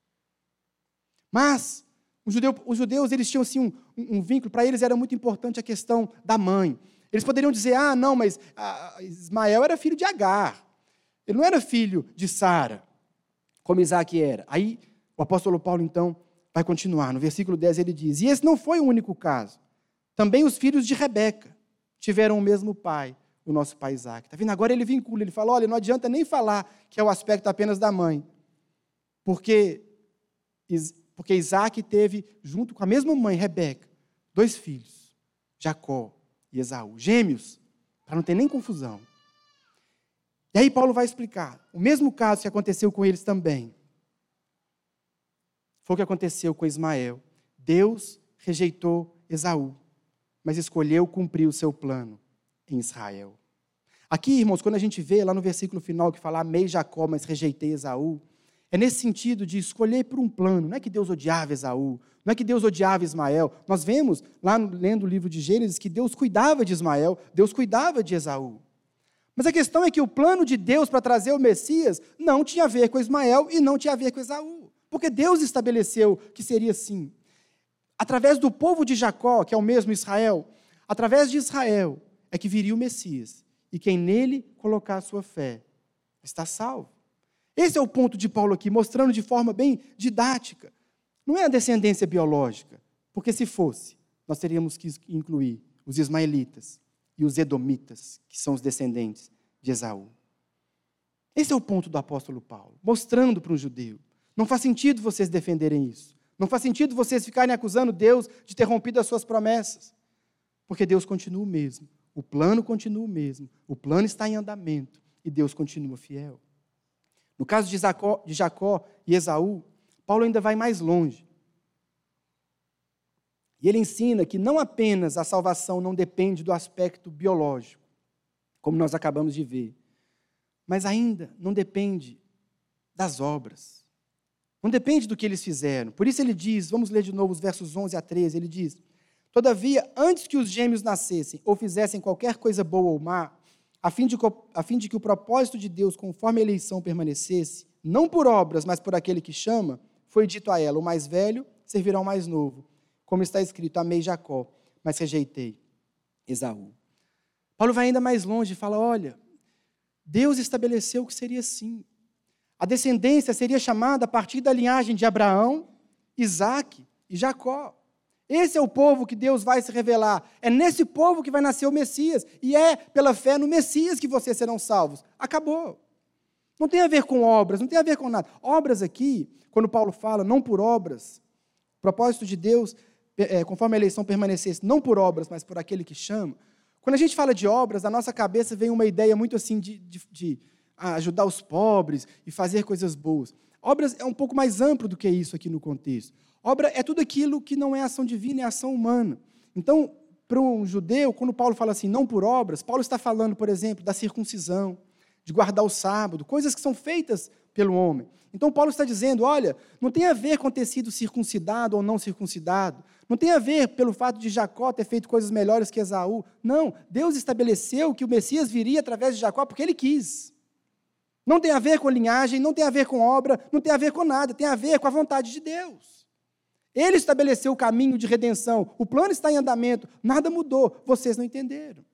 Mas os judeus, os judeus eles tinham assim, um, um vínculo, para eles era muito importante a questão da mãe. Eles poderiam dizer, ah, não, mas ah, Ismael era filho de Agar. Ele não era filho de Sara, como Isaac era. Aí o apóstolo Paulo, então, vai continuar. No versículo dez ele diz, e esse não foi o único caso. Também os filhos de Rebeca tiveram o mesmo pai, o nosso pai Isaque. Está vendo? Agora ele vincula, ele fala, olha, não adianta nem falar que é o aspecto apenas da mãe. Porque, porque Isaque teve, junto com a mesma mãe, Rebeca, dois filhos, Jacó e Esaú, gêmeos, para não ter nem confusão. E aí Paulo vai explicar, o mesmo caso que aconteceu com eles também, foi o que aconteceu com Ismael. Deus rejeitou Esaú, mas escolheu cumprir o seu plano em Israel. Aqui, irmãos, quando a gente vê lá no versículo final que fala, amei Jacó, mas rejeitei Esaú, é nesse sentido de escolher por um plano. Não é que Deus odiava Esaú, não é que Deus odiava Ismael. Nós vemos, lá lendo o livro de Gênesis, que Deus cuidava de Ismael, Deus cuidava de Esaú. Mas a questão é que o plano de Deus para trazer o Messias não tinha a ver com Ismael e não tinha a ver com Esaú. Porque Deus estabeleceu que seria assim. Através do povo de Jacó, que é o mesmo Israel, através de Israel é que viria o Messias. E quem nele colocar a sua fé está salvo. Esse é o ponto de Paulo aqui, mostrando de forma bem didática. Não é a descendência biológica, porque se fosse, nós teríamos que incluir os ismaelitas e os edomitas, que são os descendentes de Esaú. Esse é o ponto do apóstolo Paulo, mostrando para um judeu. Não faz sentido vocês defenderem isso. Não faz sentido vocês ficarem acusando Deus de ter rompido as suas promessas. Porque Deus continua o mesmo. O plano continua o mesmo. O plano está em andamento. E Deus continua fiel. No caso de Jacó, de Jacó e Esaú, Paulo ainda vai mais longe. E ele ensina que não apenas a salvação não depende do aspecto biológico, como nós acabamos de ver, mas ainda não depende das obras. Não depende do que eles fizeram. Por isso ele diz, vamos ler de novo os versos onze a treze, ele diz, todavia, antes que os gêmeos nascessem ou fizessem qualquer coisa boa ou má, a fim de, a fim de que o propósito de Deus, conforme a eleição permanecesse, não por obras, mas por aquele que chama, foi dito a ela, o mais velho servirá ao mais novo. Como está escrito, amei Jacó, mas rejeitei Esaú. Paulo vai ainda mais longe e fala, olha, Deus estabeleceu que seria assim. A descendência seria chamada a partir da linhagem de Abraão, Isaque e Jacó. Esse é o povo que Deus vai se revelar. É nesse povo que vai nascer o Messias. E é pela fé no Messias que vocês serão salvos. Acabou. Não tem a ver com obras, não tem a ver com nada. Obras aqui, quando Paulo fala, não por obras, o propósito de Deus, é, conforme a eleição permanecesse, não por obras, mas por aquele que chama. Quando a gente fala de obras, na nossa cabeça vem uma ideia muito assim de, de, de ajudar os pobres e fazer coisas boas. Obras é um pouco mais amplo do que isso aqui no contexto. Obra é tudo aquilo que não é ação divina, é ação humana. Então, para um judeu, quando Paulo fala assim, não por obras, Paulo está falando, por exemplo, da circuncisão, de guardar o sábado, coisas que são feitas pelo homem. Então, Paulo está dizendo, olha, não tem a ver com ter sido circuncidado ou não circuncidado, não tem a ver pelo fato de Jacó ter feito coisas melhores que Esaú. Não, Deus estabeleceu que o Messias viria através de Jacó porque ele quis. Não tem a ver com linhagem, não tem a ver com obra, não tem a ver com nada, tem a ver com a vontade de Deus. Ele estabeleceu o caminho de redenção, o plano está em andamento, nada mudou, vocês não entenderam.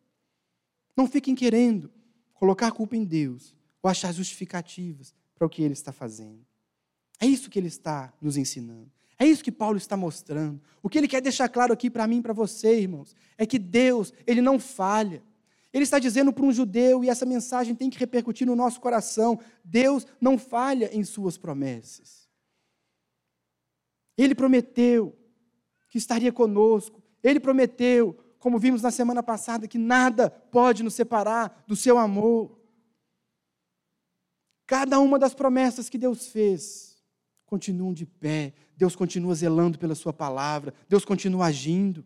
Não fiquem querendo colocar culpa em Deus ou achar justificativas para o que Ele está fazendo. É isso que Ele está nos ensinando. É isso que Paulo está mostrando. O que Ele quer deixar claro aqui para mim e para você, irmãos, é que Deus, Ele não falha. Ele está dizendo para um judeu, e essa mensagem tem que repercutir no nosso coração, Deus não falha em suas promessas. Ele prometeu que estaria conosco. Ele prometeu, como vimos na semana passada, que nada pode nos separar do seu amor. Cada uma das promessas que Deus fez continuam de pé. Deus continua zelando pela sua palavra. Deus continua agindo.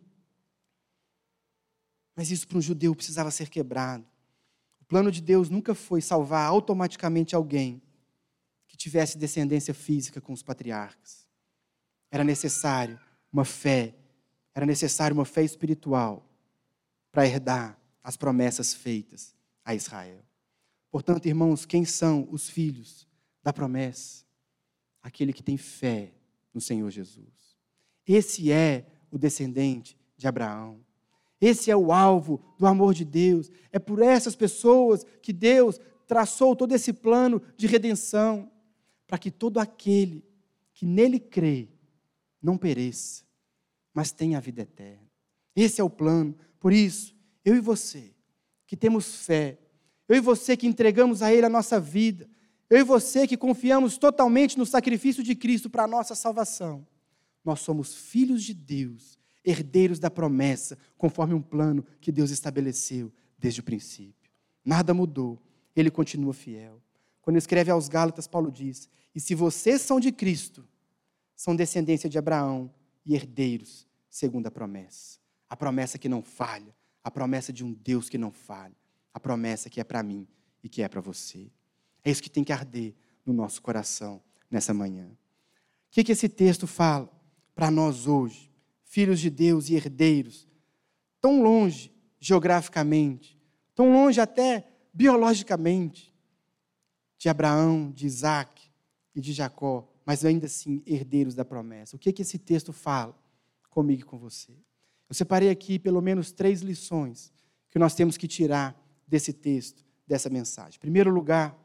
Mas isso para um judeu precisava ser quebrado. O plano de Deus nunca foi salvar automaticamente alguém que tivesse descendência física com os patriarcas. Era necessário uma fé, era necessário uma fé espiritual para herdar as promessas feitas a Israel. Portanto, irmãos, quem são os filhos da promessa? Aquele que tem fé no Senhor Jesus. Esse é o descendente de Abraão. Esse é o alvo do amor de Deus. É por essas pessoas que Deus traçou todo esse plano de redenção, para que todo aquele que nele crê não pereça, mas tenha a vida eterna. Esse é o plano. Por isso, eu e você, que temos fé, eu e você que entregamos a Ele a nossa vida, eu e você que confiamos totalmente no sacrifício de Cristo para a nossa salvação, nós somos filhos de Deus, herdeiros da promessa, conforme um plano que Deus estabeleceu desde o princípio. Nada mudou, Ele continua fiel. Quando escreve aos Gálatas, Paulo diz, e se vocês são de Cristo, são descendência de Abraão e herdeiros, segundo a promessa. A promessa que não falha, a promessa de um Deus que não falha, a promessa que é para mim e que é para você. É isso que tem que arder no nosso coração nessa manhã. O que, que esse texto fala para nós hoje, filhos de Deus e herdeiros, tão longe geograficamente, tão longe até biologicamente, de Abraão, de Isaac e de Jacó, mas ainda assim herdeiros da promessa. O que, que esse texto fala comigo e com você? Eu separei aqui pelo menos três lições que nós temos que tirar desse texto, dessa mensagem. Em primeiro lugar,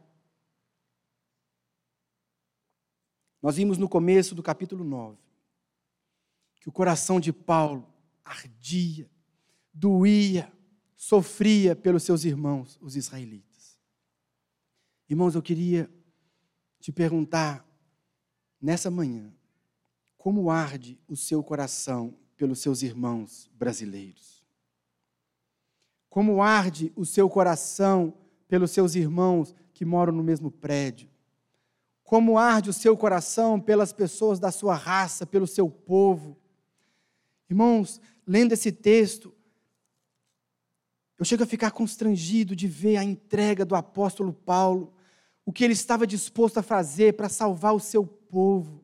nós vimos no começo do capítulo nove, que o coração de Paulo ardia, doía, sofria pelos seus irmãos, os israelitas. Irmãos, eu queria te perguntar, nessa manhã, como arde o seu coração pelos seus irmãos brasileiros? Como arde o seu coração pelos seus irmãos que moram no mesmo prédio? Como arde o seu coração pelas pessoas da sua raça, pelo seu povo? Irmãos, lendo esse texto, eu chego a ficar constrangido de ver a entrega do apóstolo Paulo, o que ele estava disposto a fazer para salvar o seu povo.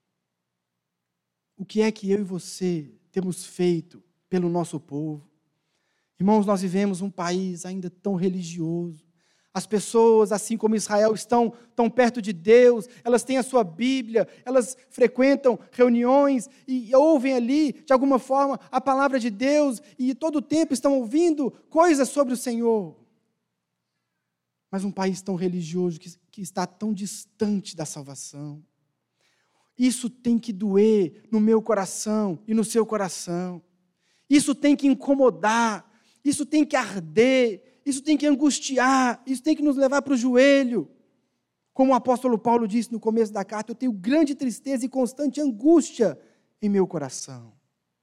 O que é que eu e você temos feito pelo nosso povo? Irmãos, nós vivemos um país ainda tão religioso. As pessoas, assim como Israel, estão tão perto de Deus, elas têm a sua Bíblia, elas frequentam reuniões e ouvem ali, de alguma forma, a palavra de Deus e todo o tempo estão ouvindo coisas sobre o Senhor. Mas um país tão religioso que, que está tão distante da salvação. Isso tem que doer no meu coração e no seu coração. Isso tem que incomodar, isso tem que arder, isso tem que angustiar, isso tem que nos levar para o joelho. Como o apóstolo Paulo disse no começo da carta, eu tenho grande tristeza e constante angústia em meu coração.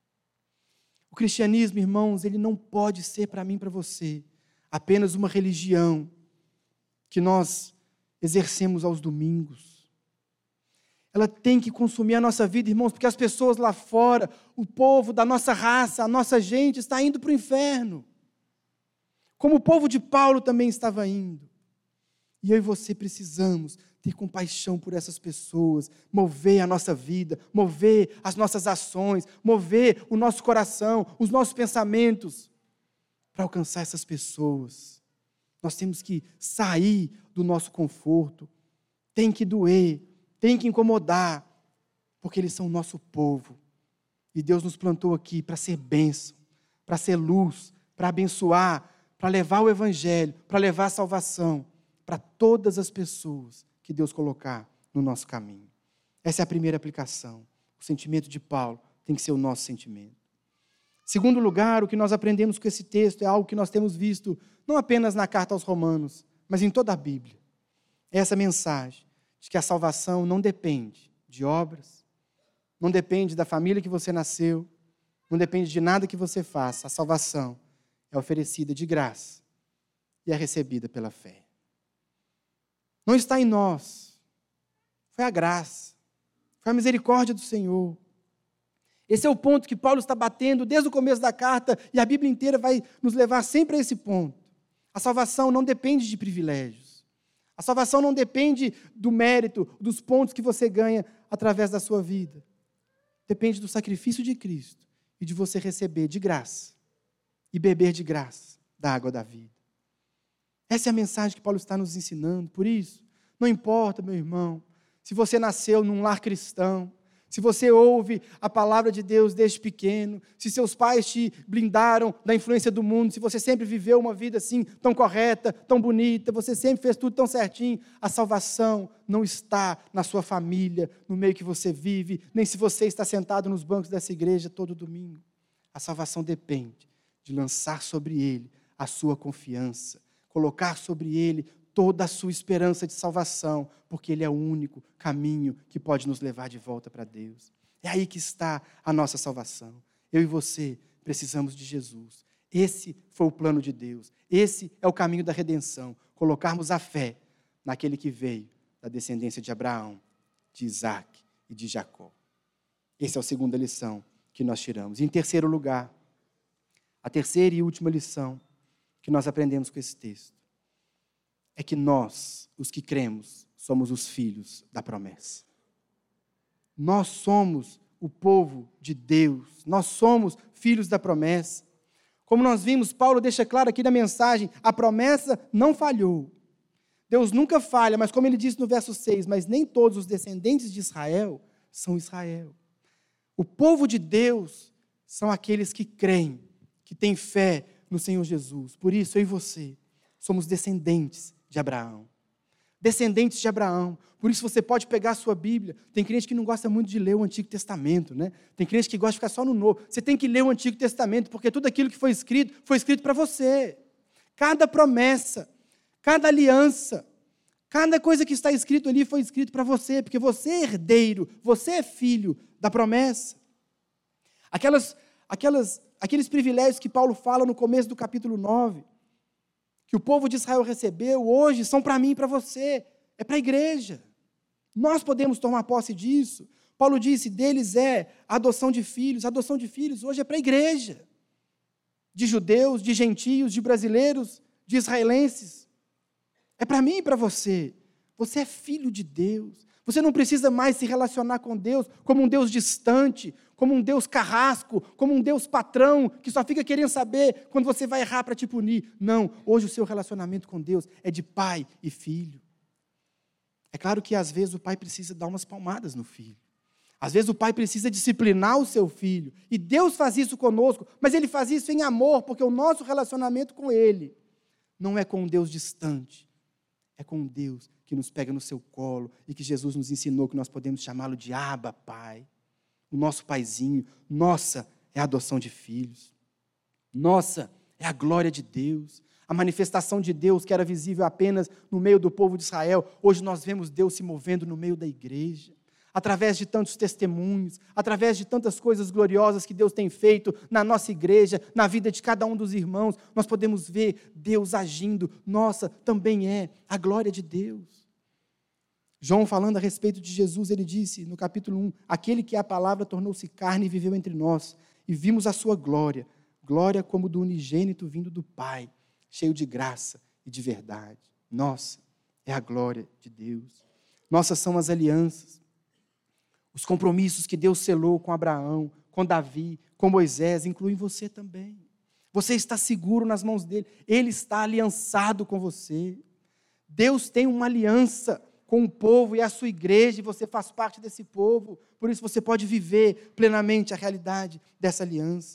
O cristianismo, irmãos, ele não pode ser para mim e para você apenas uma religião que nós exercemos aos domingos. Ela tem que consumir a nossa vida, irmãos, porque as pessoas lá fora, o povo da nossa raça, a nossa gente está indo para o inferno. Como o povo de Paulo também estava indo. E eu e você precisamos ter compaixão por essas pessoas, mover a nossa vida, mover as nossas ações, mover o nosso coração, os nossos pensamentos, para alcançar essas pessoas. Nós temos que sair do nosso conforto, tem que doer, tem que incomodar, porque eles são o nosso povo. E Deus nos plantou aqui para ser bênção, para ser luz, para abençoar, para levar o Evangelho, para levar a salvação para todas as pessoas que Deus colocar no nosso caminho. Essa é a primeira aplicação. O sentimento de Paulo tem que ser o nosso sentimento. Segundo lugar, o que nós aprendemos com esse texto é algo que nós temos visto não apenas na carta aos Romanos, mas em toda a Bíblia. É essa mensagem de que a salvação não depende de obras, não depende da família que você nasceu, não depende de nada que você faça. A salvação é oferecida de graça e é recebida pela fé. Não está em nós. Foi a graça. Foi a misericórdia do Senhor. Esse é o ponto que Paulo está batendo desde o começo da carta e a Bíblia inteira vai nos levar sempre a esse ponto. A salvação não depende de privilégios. A salvação não depende do mérito, dos pontos que você ganha através da sua vida. Depende do sacrifício de Cristo e de você receber de graça e beber de graça da água da vida. Essa é a mensagem que Paulo está nos ensinando. Por isso, não importa, meu irmão, se você nasceu num lar cristão, Se você ouve a palavra de Deus desde pequeno, se seus pais te blindaram da influência do mundo, se você sempre viveu uma vida assim, tão correta, tão bonita, você sempre fez tudo tão certinho, a salvação não está na sua família, no meio que você vive, nem se você está sentado nos bancos dessa igreja todo domingo. A salvação depende de lançar sobre Ele a sua confiança, colocar sobre Ele toda a sua esperança de salvação, porque Ele é o único caminho que pode nos levar de volta para Deus. É aí que está a nossa salvação. Eu e você precisamos de Jesus. Esse foi o plano de Deus. Esse é o caminho da redenção. Colocarmos a fé naquele que veio da descendência de Abraão, de Isaac e de Jacó. Essa é a segunda lição que nós tiramos. E em terceiro lugar, a terceira e última lição que nós aprendemos com esse texto é que nós, os que cremos, somos os filhos da promessa. Nós somos o povo de Deus. Nós somos filhos da promessa. Como nós vimos, Paulo deixa claro aqui na mensagem, a promessa não falhou. Deus nunca falha, mas como ele diz no verso seis, mas nem todos os descendentes de Israel são Israel. O povo de Deus são aqueles que creem, que têm fé no Senhor Jesus. Por isso, eu e você somos descendentes de Abraão. Descendentes de Abraão. Por isso você pode pegar a sua Bíblia. Tem crente que não gosta muito de ler o Antigo Testamento, né? Tem crente que gosta de ficar só no Novo. Você tem que ler o Antigo Testamento, porque tudo aquilo que foi escrito, foi escrito para você. Cada promessa, cada aliança, cada coisa que está escrito ali foi escrito para você, porque você é herdeiro, você é filho da promessa. Aquelas, aquelas, aqueles privilégios que Paulo fala no começo do capítulo nove, que o povo de Israel recebeu, hoje são para mim e para você, é para a igreja. Nós podemos tomar posse disso. Paulo disse, deles é a adoção de filhos. A adoção de filhos hoje é para a igreja. De judeus, de gentios, de brasileiros, de israelenses. É para mim e para você. Você é filho de Deus. Você não precisa mais se relacionar com Deus como um Deus distante, como um Deus carrasco, como um Deus patrão, que só fica querendo saber quando você vai errar para te punir. Não, hoje o seu relacionamento com Deus é de pai e filho. É claro que às vezes o pai precisa dar umas palmadas no filho. Às vezes o pai precisa disciplinar o seu filho. E Deus faz isso conosco, mas Ele faz isso em amor, porque o nosso relacionamento com Ele não é com um Deus distante, é com um Deus que nos pega no seu colo e que Jesus nos ensinou que nós podemos chamá-lo de Abba, Pai. O nosso paizinho, nossa, é a adoção de filhos. Nossa, é a glória de Deus. A manifestação de Deus que era visível apenas no meio do povo de Israel, hoje nós vemos Deus se movendo no meio da igreja. Através de tantos testemunhos, através de tantas coisas gloriosas que Deus tem feito na nossa igreja, na vida de cada um dos irmãos, nós podemos ver Deus agindo. Nossa, também é a glória de Deus. João, falando a respeito de Jesus, ele disse no capítulo um, aquele que é a palavra tornou-se carne e viveu entre nós, e vimos a sua glória, glória como do unigênito vindo do Pai, cheio de graça e de verdade. Nossa, é a glória de Deus. Nossas são as alianças, os compromissos que Deus selou com Abraão, com Davi, com Moisés, incluem você também. Você está seguro nas mãos dele, ele está aliançado com você. Deus tem uma aliança com o povo e a sua igreja, e você faz parte desse povo, por isso você pode viver plenamente a realidade dessa aliança.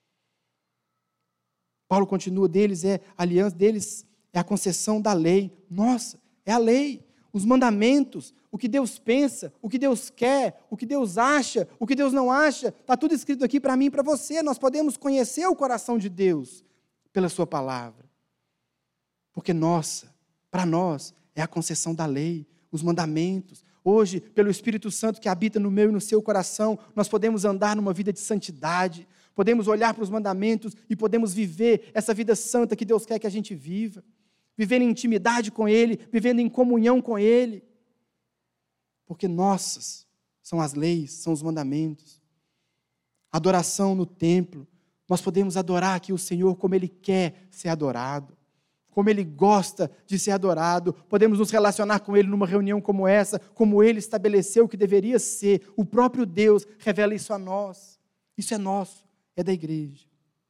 Paulo continua, deles é a aliança, deles é a concessão da lei. Nossa, é a lei, os mandamentos, o que Deus pensa, o que Deus quer, o que Deus acha, o que Deus não acha, está tudo escrito aqui para mim e para você. Nós podemos conhecer o coração de Deus pela sua palavra, porque nossa, para nós, é a concessão da lei, os mandamentos. Hoje, pelo Espírito Santo que habita no meu e no seu coração, nós podemos andar numa vida de santidade, podemos olhar para os mandamentos e podemos viver essa vida santa que Deus quer que a gente viva, viver em intimidade com Ele, vivendo em comunhão com Ele, porque nossas são as leis, são os mandamentos. Adoração no templo, nós podemos adorar aqui o Senhor como Ele quer ser adorado, como Ele gosta de ser adorado, podemos nos relacionar com Ele numa reunião como essa, como Ele estabeleceu que deveria ser, o próprio Deus revela isso a nós, isso é nosso, é da igreja.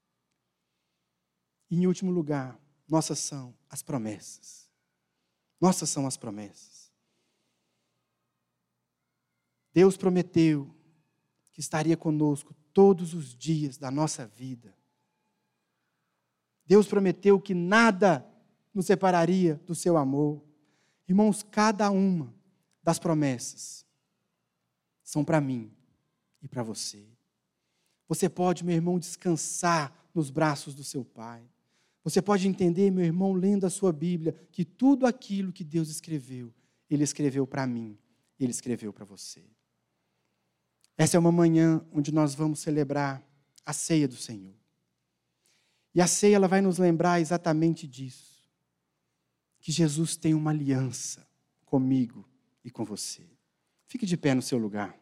E em último lugar, nossas são as promessas, nossas são as promessas. Deus prometeu que estaria conosco todos os dias da nossa vida. Deus prometeu que nada nos separaria do seu amor. Irmãos, cada uma das promessas são para mim e para você. Você pode, meu irmão, descansar nos braços do seu Pai. Você pode entender, meu irmão, lendo a sua Bíblia, que tudo aquilo que Deus escreveu, Ele escreveu para mim, Ele escreveu para você. Essa é uma manhã onde nós vamos celebrar a ceia do Senhor. E a ceia, ela vai nos lembrar exatamente disso. Que Jesus tem uma aliança comigo e com você. Fique de pé no seu lugar.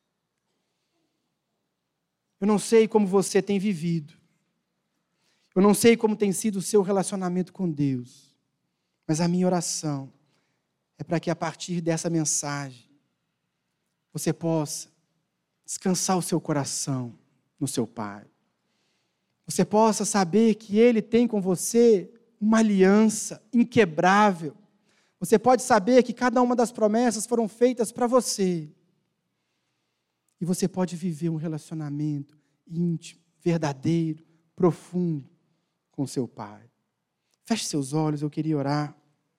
Eu não sei como você tem vivido. Eu não sei como tem sido o seu relacionamento com Deus. Mas a minha oração é para que a partir dessa mensagem você possa descansar o seu coração no seu Pai. Você possa saber que Ele tem com você uma aliança inquebrável. Você pode saber que cada uma das promessas foram feitas para você. E você pode viver um relacionamento íntimo, verdadeiro, profundo com seu Pai. Feche seus olhos, eu queria orar.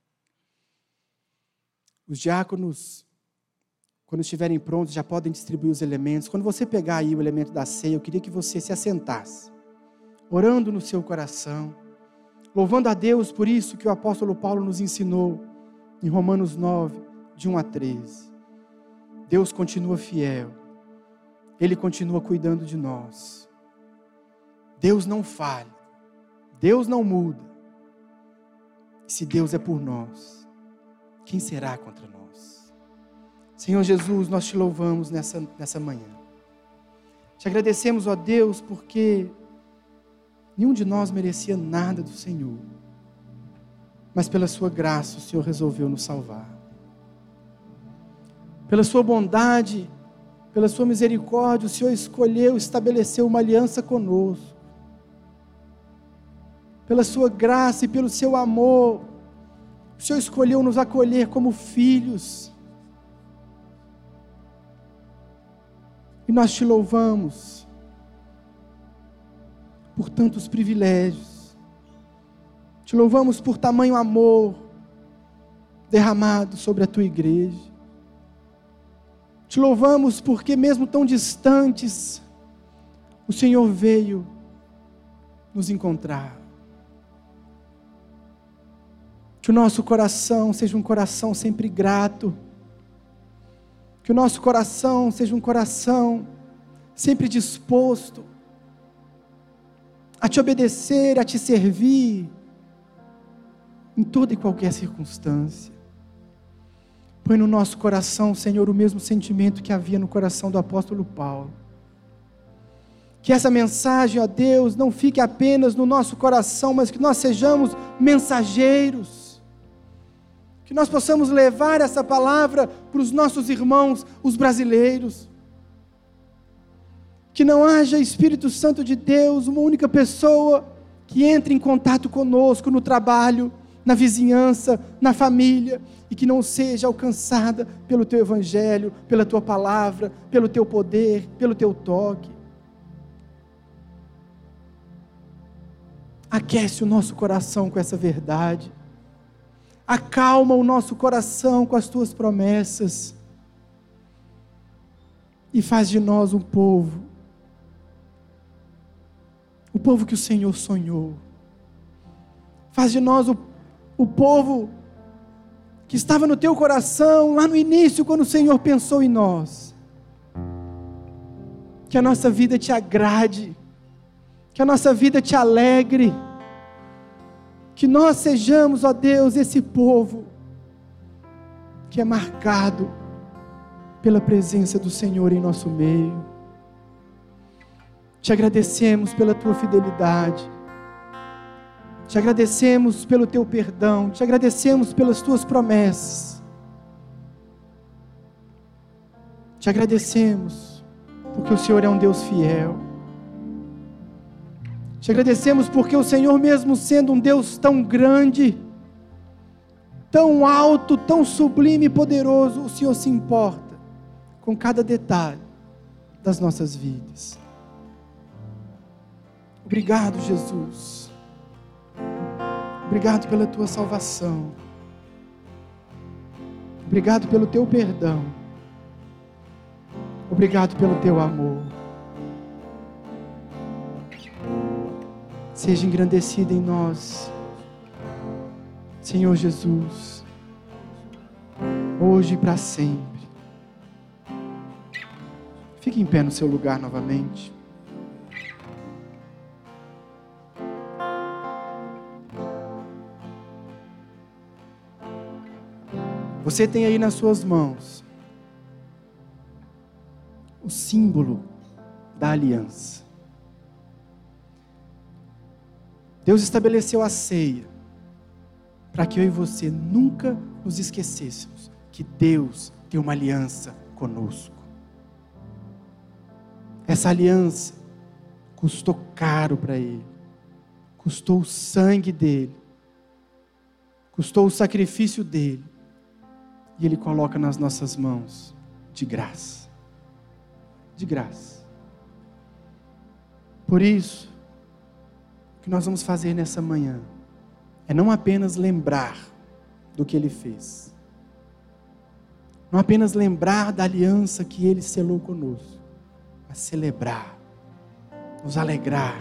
Os diáconos, quando estiverem prontos, já podem distribuir os elementos. Quando você pegar aí o elemento da ceia, eu queria que você se assentasse, orando no seu coração, louvando a Deus por isso que o apóstolo Paulo nos ensinou em Romanos nove, de um a treze. Deus continua fiel, Ele continua cuidando de nós. Deus não falha, Deus não muda. E se Deus é por nós, quem será contra nós? Senhor Jesus, nós te louvamos nessa, nessa manhã. Te agradecemos, ó Deus, porque nenhum de nós merecia nada do Senhor, mas pela sua graça o Senhor resolveu nos salvar. Pela sua bondade, pela sua misericórdia, o Senhor escolheu estabelecer uma aliança conosco. Pela sua graça e pelo seu amor, o Senhor escolheu nos acolher como filhos. E nós te louvamos por tantos privilégios. Te louvamos por tamanho amor derramado sobre a tua igreja. Te louvamos porque mesmo tão distantes, o Senhor veio nos encontrar. Que o nosso coração seja um coração sempre grato. Que o nosso coração seja um coração sempre disposto a te obedecer, a te servir, em toda e qualquer circunstância. Põe no nosso coração, Senhor, o mesmo sentimento que havia no coração do apóstolo Paulo. Que essa mensagem, ó Deus, não fique apenas no nosso coração, mas que nós sejamos mensageiros. Que nós possamos levar essa palavra para os nossos irmãos, os brasileiros. Que não haja, Espírito Santo de Deus, uma única pessoa que entre em contato conosco no trabalho, na vizinhança, na família, e que não seja alcançada pelo Teu Evangelho, pela Tua palavra, pelo Teu poder, pelo Teu toque. Aquece o nosso coração com essa verdade. Acalma o nosso coração com as Tuas promessas. E faz de nós um povo, o povo que o Senhor sonhou. Faz de nós o, o povo que estava no Teu coração, lá no início, quando o Senhor pensou em nós. Que a nossa vida Te agrade, que a nossa vida Te alegre, que nós sejamos, ó Deus, esse povo que é marcado pela presença do Senhor em nosso meio. Te agradecemos pela Tua fidelidade, te agradecemos pelo Teu perdão, te agradecemos pelas Tuas promessas, te agradecemos porque o Senhor é um Deus fiel. Te agradecemos porque o Senhor, mesmo sendo um Deus tão grande, tão alto, tão sublime e poderoso, o Senhor se importa com cada detalhe das nossas vidas. Obrigado, Jesus. Obrigado pela tua salvação. Obrigado pelo teu perdão. Obrigado pelo teu amor. Seja engrandecido em nós, Senhor Jesus, hoje e para sempre. Fique em pé no seu lugar novamente. Você tem aí nas suas mãos o símbolo da aliança. Deus estabeleceu a ceia para que eu e você nunca nos esquecêssemos que Deus tem uma aliança conosco. Essa aliança custou caro para Ele, custou o sangue dEle, custou o sacrifício dEle, e Ele coloca nas nossas mãos de graça, de graça. Por isso, o que nós vamos fazer nessa manhã é não apenas lembrar do que Ele fez, não apenas lembrar da aliança que Ele selou conosco, mas celebrar, nos alegrar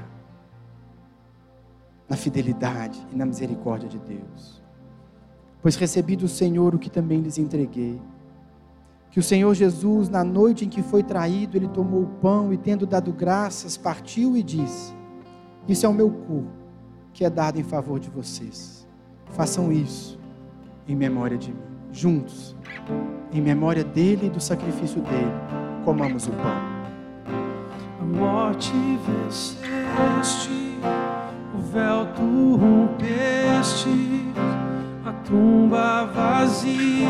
na fidelidade e na misericórdia de Deus. Pois recebi do Senhor o que também lhes entreguei, que o Senhor Jesus, na noite em que foi traído, Ele tomou o pão e, tendo dado graças, partiu e disse: isso é o meu corpo, que é dado em favor de vocês. Façam isso em memória de mim. Juntos, em memória dele e do sacrifício dele, comamos o pão. A morte venceste, o véu tu rompeste, a tumba vazia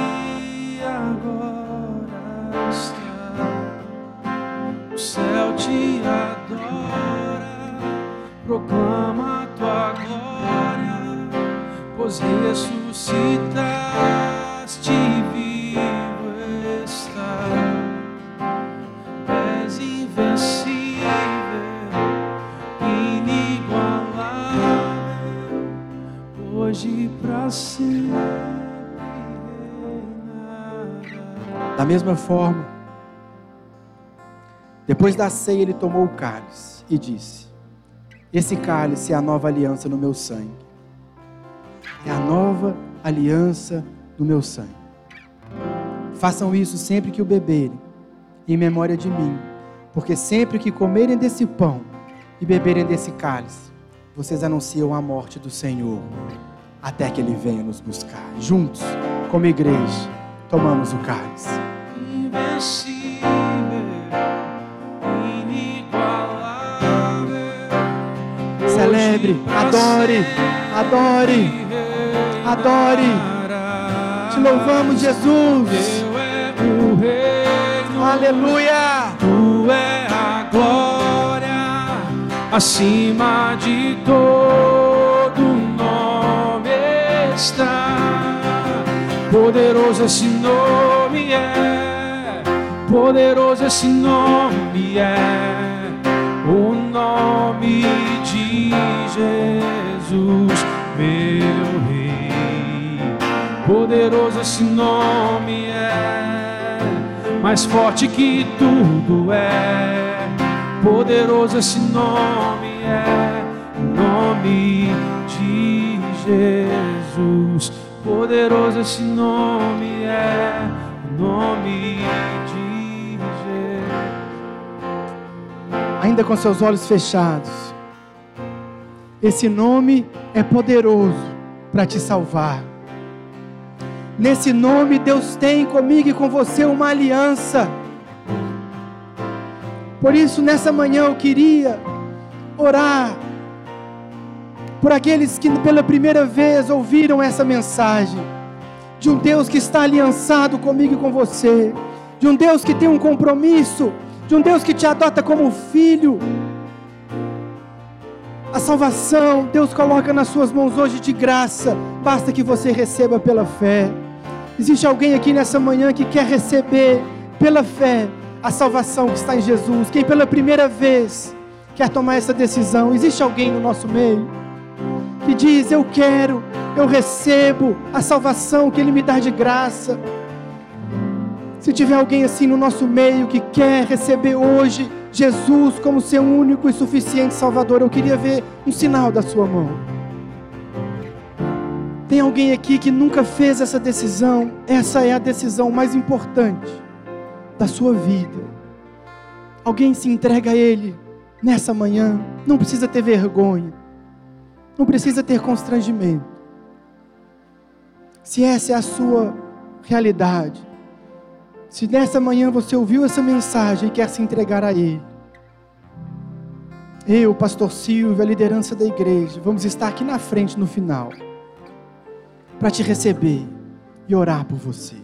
agora está. O céu te adora, proclama a tua glória, pois ressuscitaste e vivo está. És invencível, inigualável, hoje pra sempre reinará. Da mesma forma, depois da ceia, Ele tomou o cálice e disse: esse cálice é a nova aliança no meu sangue. É a nova aliança no meu sangue. Façam isso sempre que o beberem, em memória de mim, porque sempre que comerem desse pão e beberem desse cálice, vocês anunciam a morte do Senhor, até que Ele venha nos buscar. Juntos, como igreja, tomamos o cálice. Invencível, inigualável, Celebre, adore, adore, adore. Te louvamos, Jesus. Teu é o reino, Aleluia. Tu é a glória, acima de todo nome está. Poderoso esse nome é, poderoso esse nome é, o nome de Jesus, meu Rei. Poderoso esse nome é, mais forte que tudo é. Poderoso esse nome é, o nome de Jesus. Poderoso esse nome é, o nome de Jesus. Ainda com seus olhos fechados, esse nome é poderoso para te salvar. Nesse nome Deus tem comigo e com você uma aliança. Por isso nessa manhã eu queria orar por aqueles que pela primeira vez ouviram essa mensagem, de um Deus que está aliançado comigo e com você, de um Deus que tem um compromisso, de um Deus que te adota como filho. A salvação Deus coloca nas suas mãos hoje de graça, basta que você receba pela fé. Existe alguém aqui nessa manhã que quer receber pela fé a salvação que está em Jesus, quem pela primeira vez quer tomar essa decisão. Existe alguém no nosso meio que diz: eu quero, eu recebo a salvação que Ele me dá de graça? Se tiver alguém assim no nosso meio que quer receber hoje Jesus como seu único e suficiente Salvador, eu queria ver um sinal da sua mão. Tem alguém aqui que nunca fez essa decisão? Essa é a decisão mais importante da sua vida. Alguém se entrega a Ele nessa manhã? Não precisa ter vergonha, não precisa ter constrangimento. Se essa é a sua realidade, se nessa manhã você ouviu essa mensagem e quer se entregar a Ele, eu, pastor Silvio, a liderança da igreja, vamos estar aqui na frente no final para te receber e orar por você.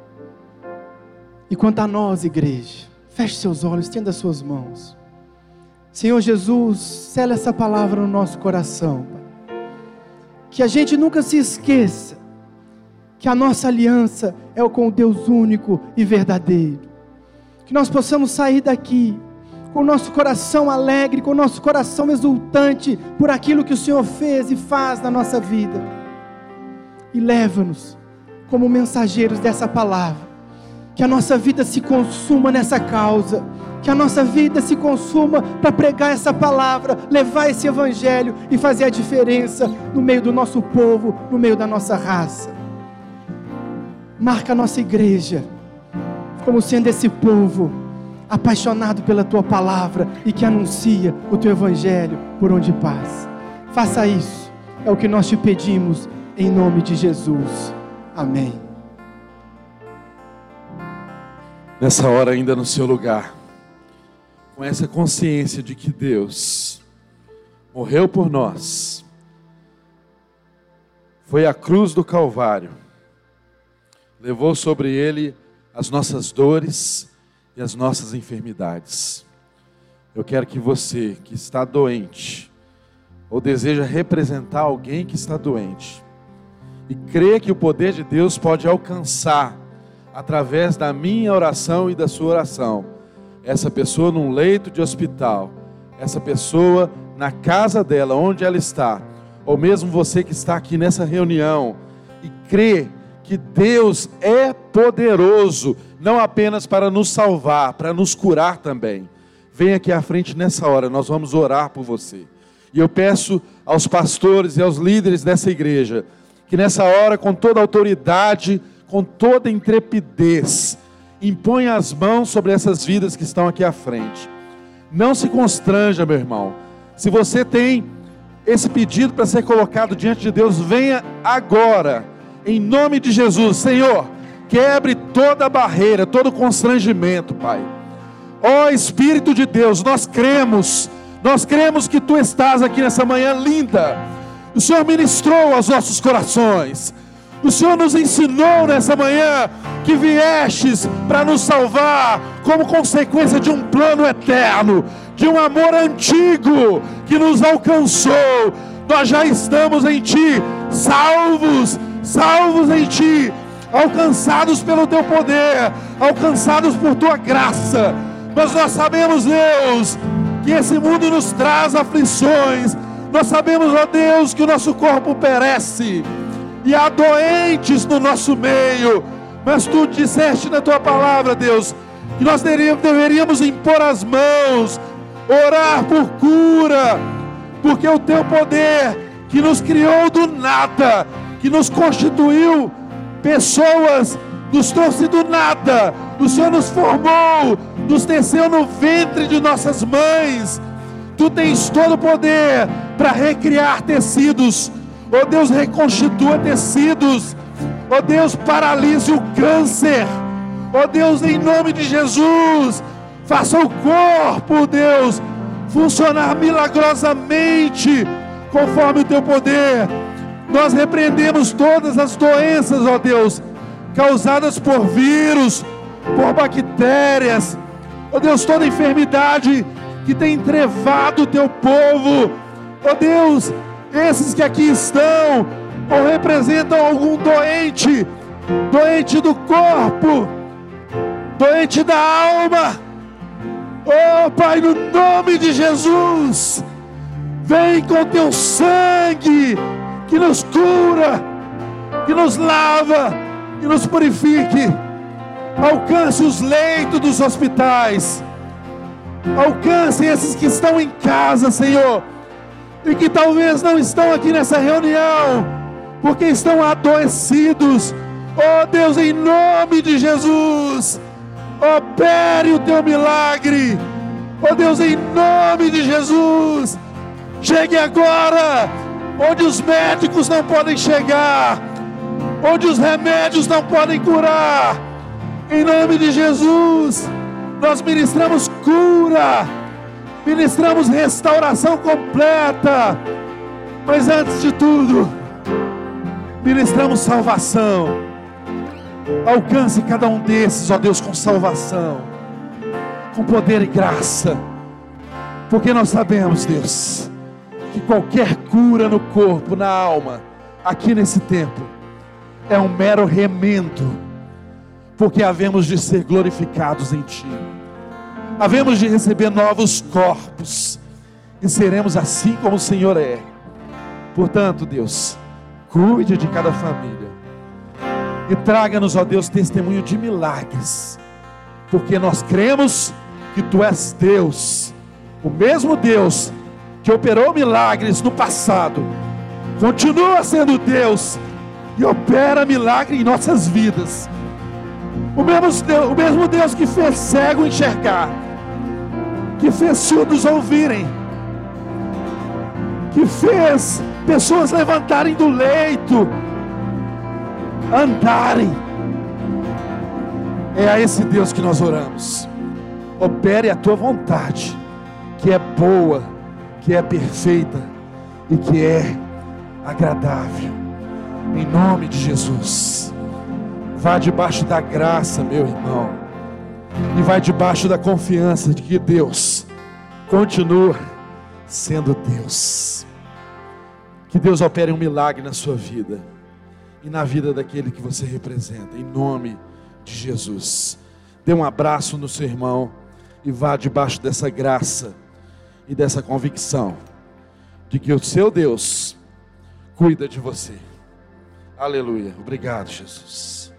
E quanto a nós, igreja, feche seus olhos, estenda suas mãos. Senhor Jesus, sela essa palavra no nosso coração, Pai. Que a gente nunca se esqueça que a nossa aliança é com o Deus único e verdadeiro. Que nós possamos sair daqui com o nosso coração alegre, com o nosso coração exultante por aquilo que o Senhor fez e faz na nossa vida. E leva-nos como mensageiros dessa palavra. Que a nossa vida se consuma nessa causa. Que a nossa vida se consuma para pregar essa palavra, levar esse evangelho e fazer a diferença no meio do nosso povo, no meio da nossa raça. Marca a nossa igreja como sendo esse povo apaixonado pela Tua palavra e que anuncia o Teu evangelho por onde passa. Faça isso, é o que nós te pedimos em nome de Jesus. Amém. Nessa hora, ainda no seu lugar, com essa consciência de que Deus morreu por nós, foi à cruz do Calvário, levou sobre Ele as nossas dores e as nossas enfermidades. Eu quero que você que está doente, ou deseja representar alguém que está doente, e crê que o poder de Deus pode alcançar, através da minha oração e da sua oração, essa pessoa num leito de hospital, essa pessoa na casa dela, onde ela está, ou mesmo você que está aqui nessa reunião, e crê que Deus é poderoso, não apenas para nos salvar, para nos curar também. Vem aqui à frente nessa hora, nós vamos orar por você. E eu peço aos pastores e aos líderes dessa igreja, que nessa hora, com toda autoridade, com toda intrepidez, imponha as mãos sobre essas vidas que estão aqui à frente. Não se constranja, meu irmão. Se você tem esse pedido para ser colocado diante de Deus, venha agora, em nome de Jesus. Senhor, quebre toda barreira, todo constrangimento, Pai. Ó Espírito de Deus, nós cremos, nós cremos que Tu estás aqui nessa manhã linda. O Senhor ministrou aos nossos corações. O Senhor nos ensinou nessa manhã que viestes para nos salvar como consequência de um plano eterno, de um amor antigo que nos alcançou. Nós já estamos em Ti, salvos, salvos em Ti, alcançados pelo Teu poder, alcançados por Tua graça. Mas nós sabemos, Deus, que esse mundo nos traz aflições. Nós sabemos, ó Deus, que o nosso corpo perece e há doentes no nosso meio, mas Tu disseste na Tua palavra, Deus, que nós deveríamos impor as mãos, orar por cura, porque o Teu poder que nos criou do nada, que nos constituiu pessoas, nos trouxe do nada, o Senhor nos formou, nos teceu no ventre de nossas mães. Tu tens todo o poder para recriar tecidos. Ó Deus, reconstitua tecidos. Ó Deus, paralise o câncer. Ó Deus, em nome de Jesus, faça o corpo, Deus, funcionar milagrosamente conforme o Teu poder. Nós repreendemos todas as doenças, ó Deus, causadas por vírus, por bactérias. Ó Deus, toda enfermidade que tem entrevado o Teu povo. Ó Deus, esses que aqui estão, ou representam algum doente, doente do corpo, doente da alma, Oh, Pai, no nome de Jesus, vem com teu sangue que nos cura, que nos lava, que nos purifique. Alcance os leitos dos hospitais. Alcance esses que estão em casa, Senhor, e que talvez não estão aqui nessa reunião, porque estão adoecidos. Oh Deus, em nome de Jesus, opere o teu milagre. Oh Deus, em nome de Jesus, chegue agora onde os médicos não podem chegar, onde os remédios não podem curar. Em nome de Jesus, nós ministramos cura, ministramos restauração completa, mas antes de tudo, ministramos salvação. Alcance cada um desses, ó Deus, com salvação, com poder e graça, porque nós sabemos, Deus, que qualquer cura no corpo, na alma, aqui nesse tempo, é um mero remendo, porque havemos de ser glorificados em Ti, havemos de receber novos corpos, e seremos assim como o Senhor é. Portanto, Deus, cuide de cada família, e traga-nos, ó Deus, testemunho de milagres, porque nós cremos que Tu és Deus, o mesmo Deus que operou milagres no passado, continua sendo Deus, e opera milagre em nossas vidas. O mesmo Deus, o mesmo Deus que fez cego enxergar, que fez surdos ouvirem, que fez pessoas levantarem do leito, andarem. É a esse Deus que nós oramos. Opere a tua vontade, que é boa, que é perfeita e que é agradável. Em nome de Jesus, vá debaixo da graça, meu irmão, e vai debaixo da confiança de que Deus continua sendo Deus. Que Deus opere um milagre na sua vida e na vida daquele que você representa, em nome de Jesus. Dê um abraço no seu irmão e vá debaixo dessa graça e dessa convicção de que o seu Deus cuida de você. Aleluia. Obrigado, Jesus.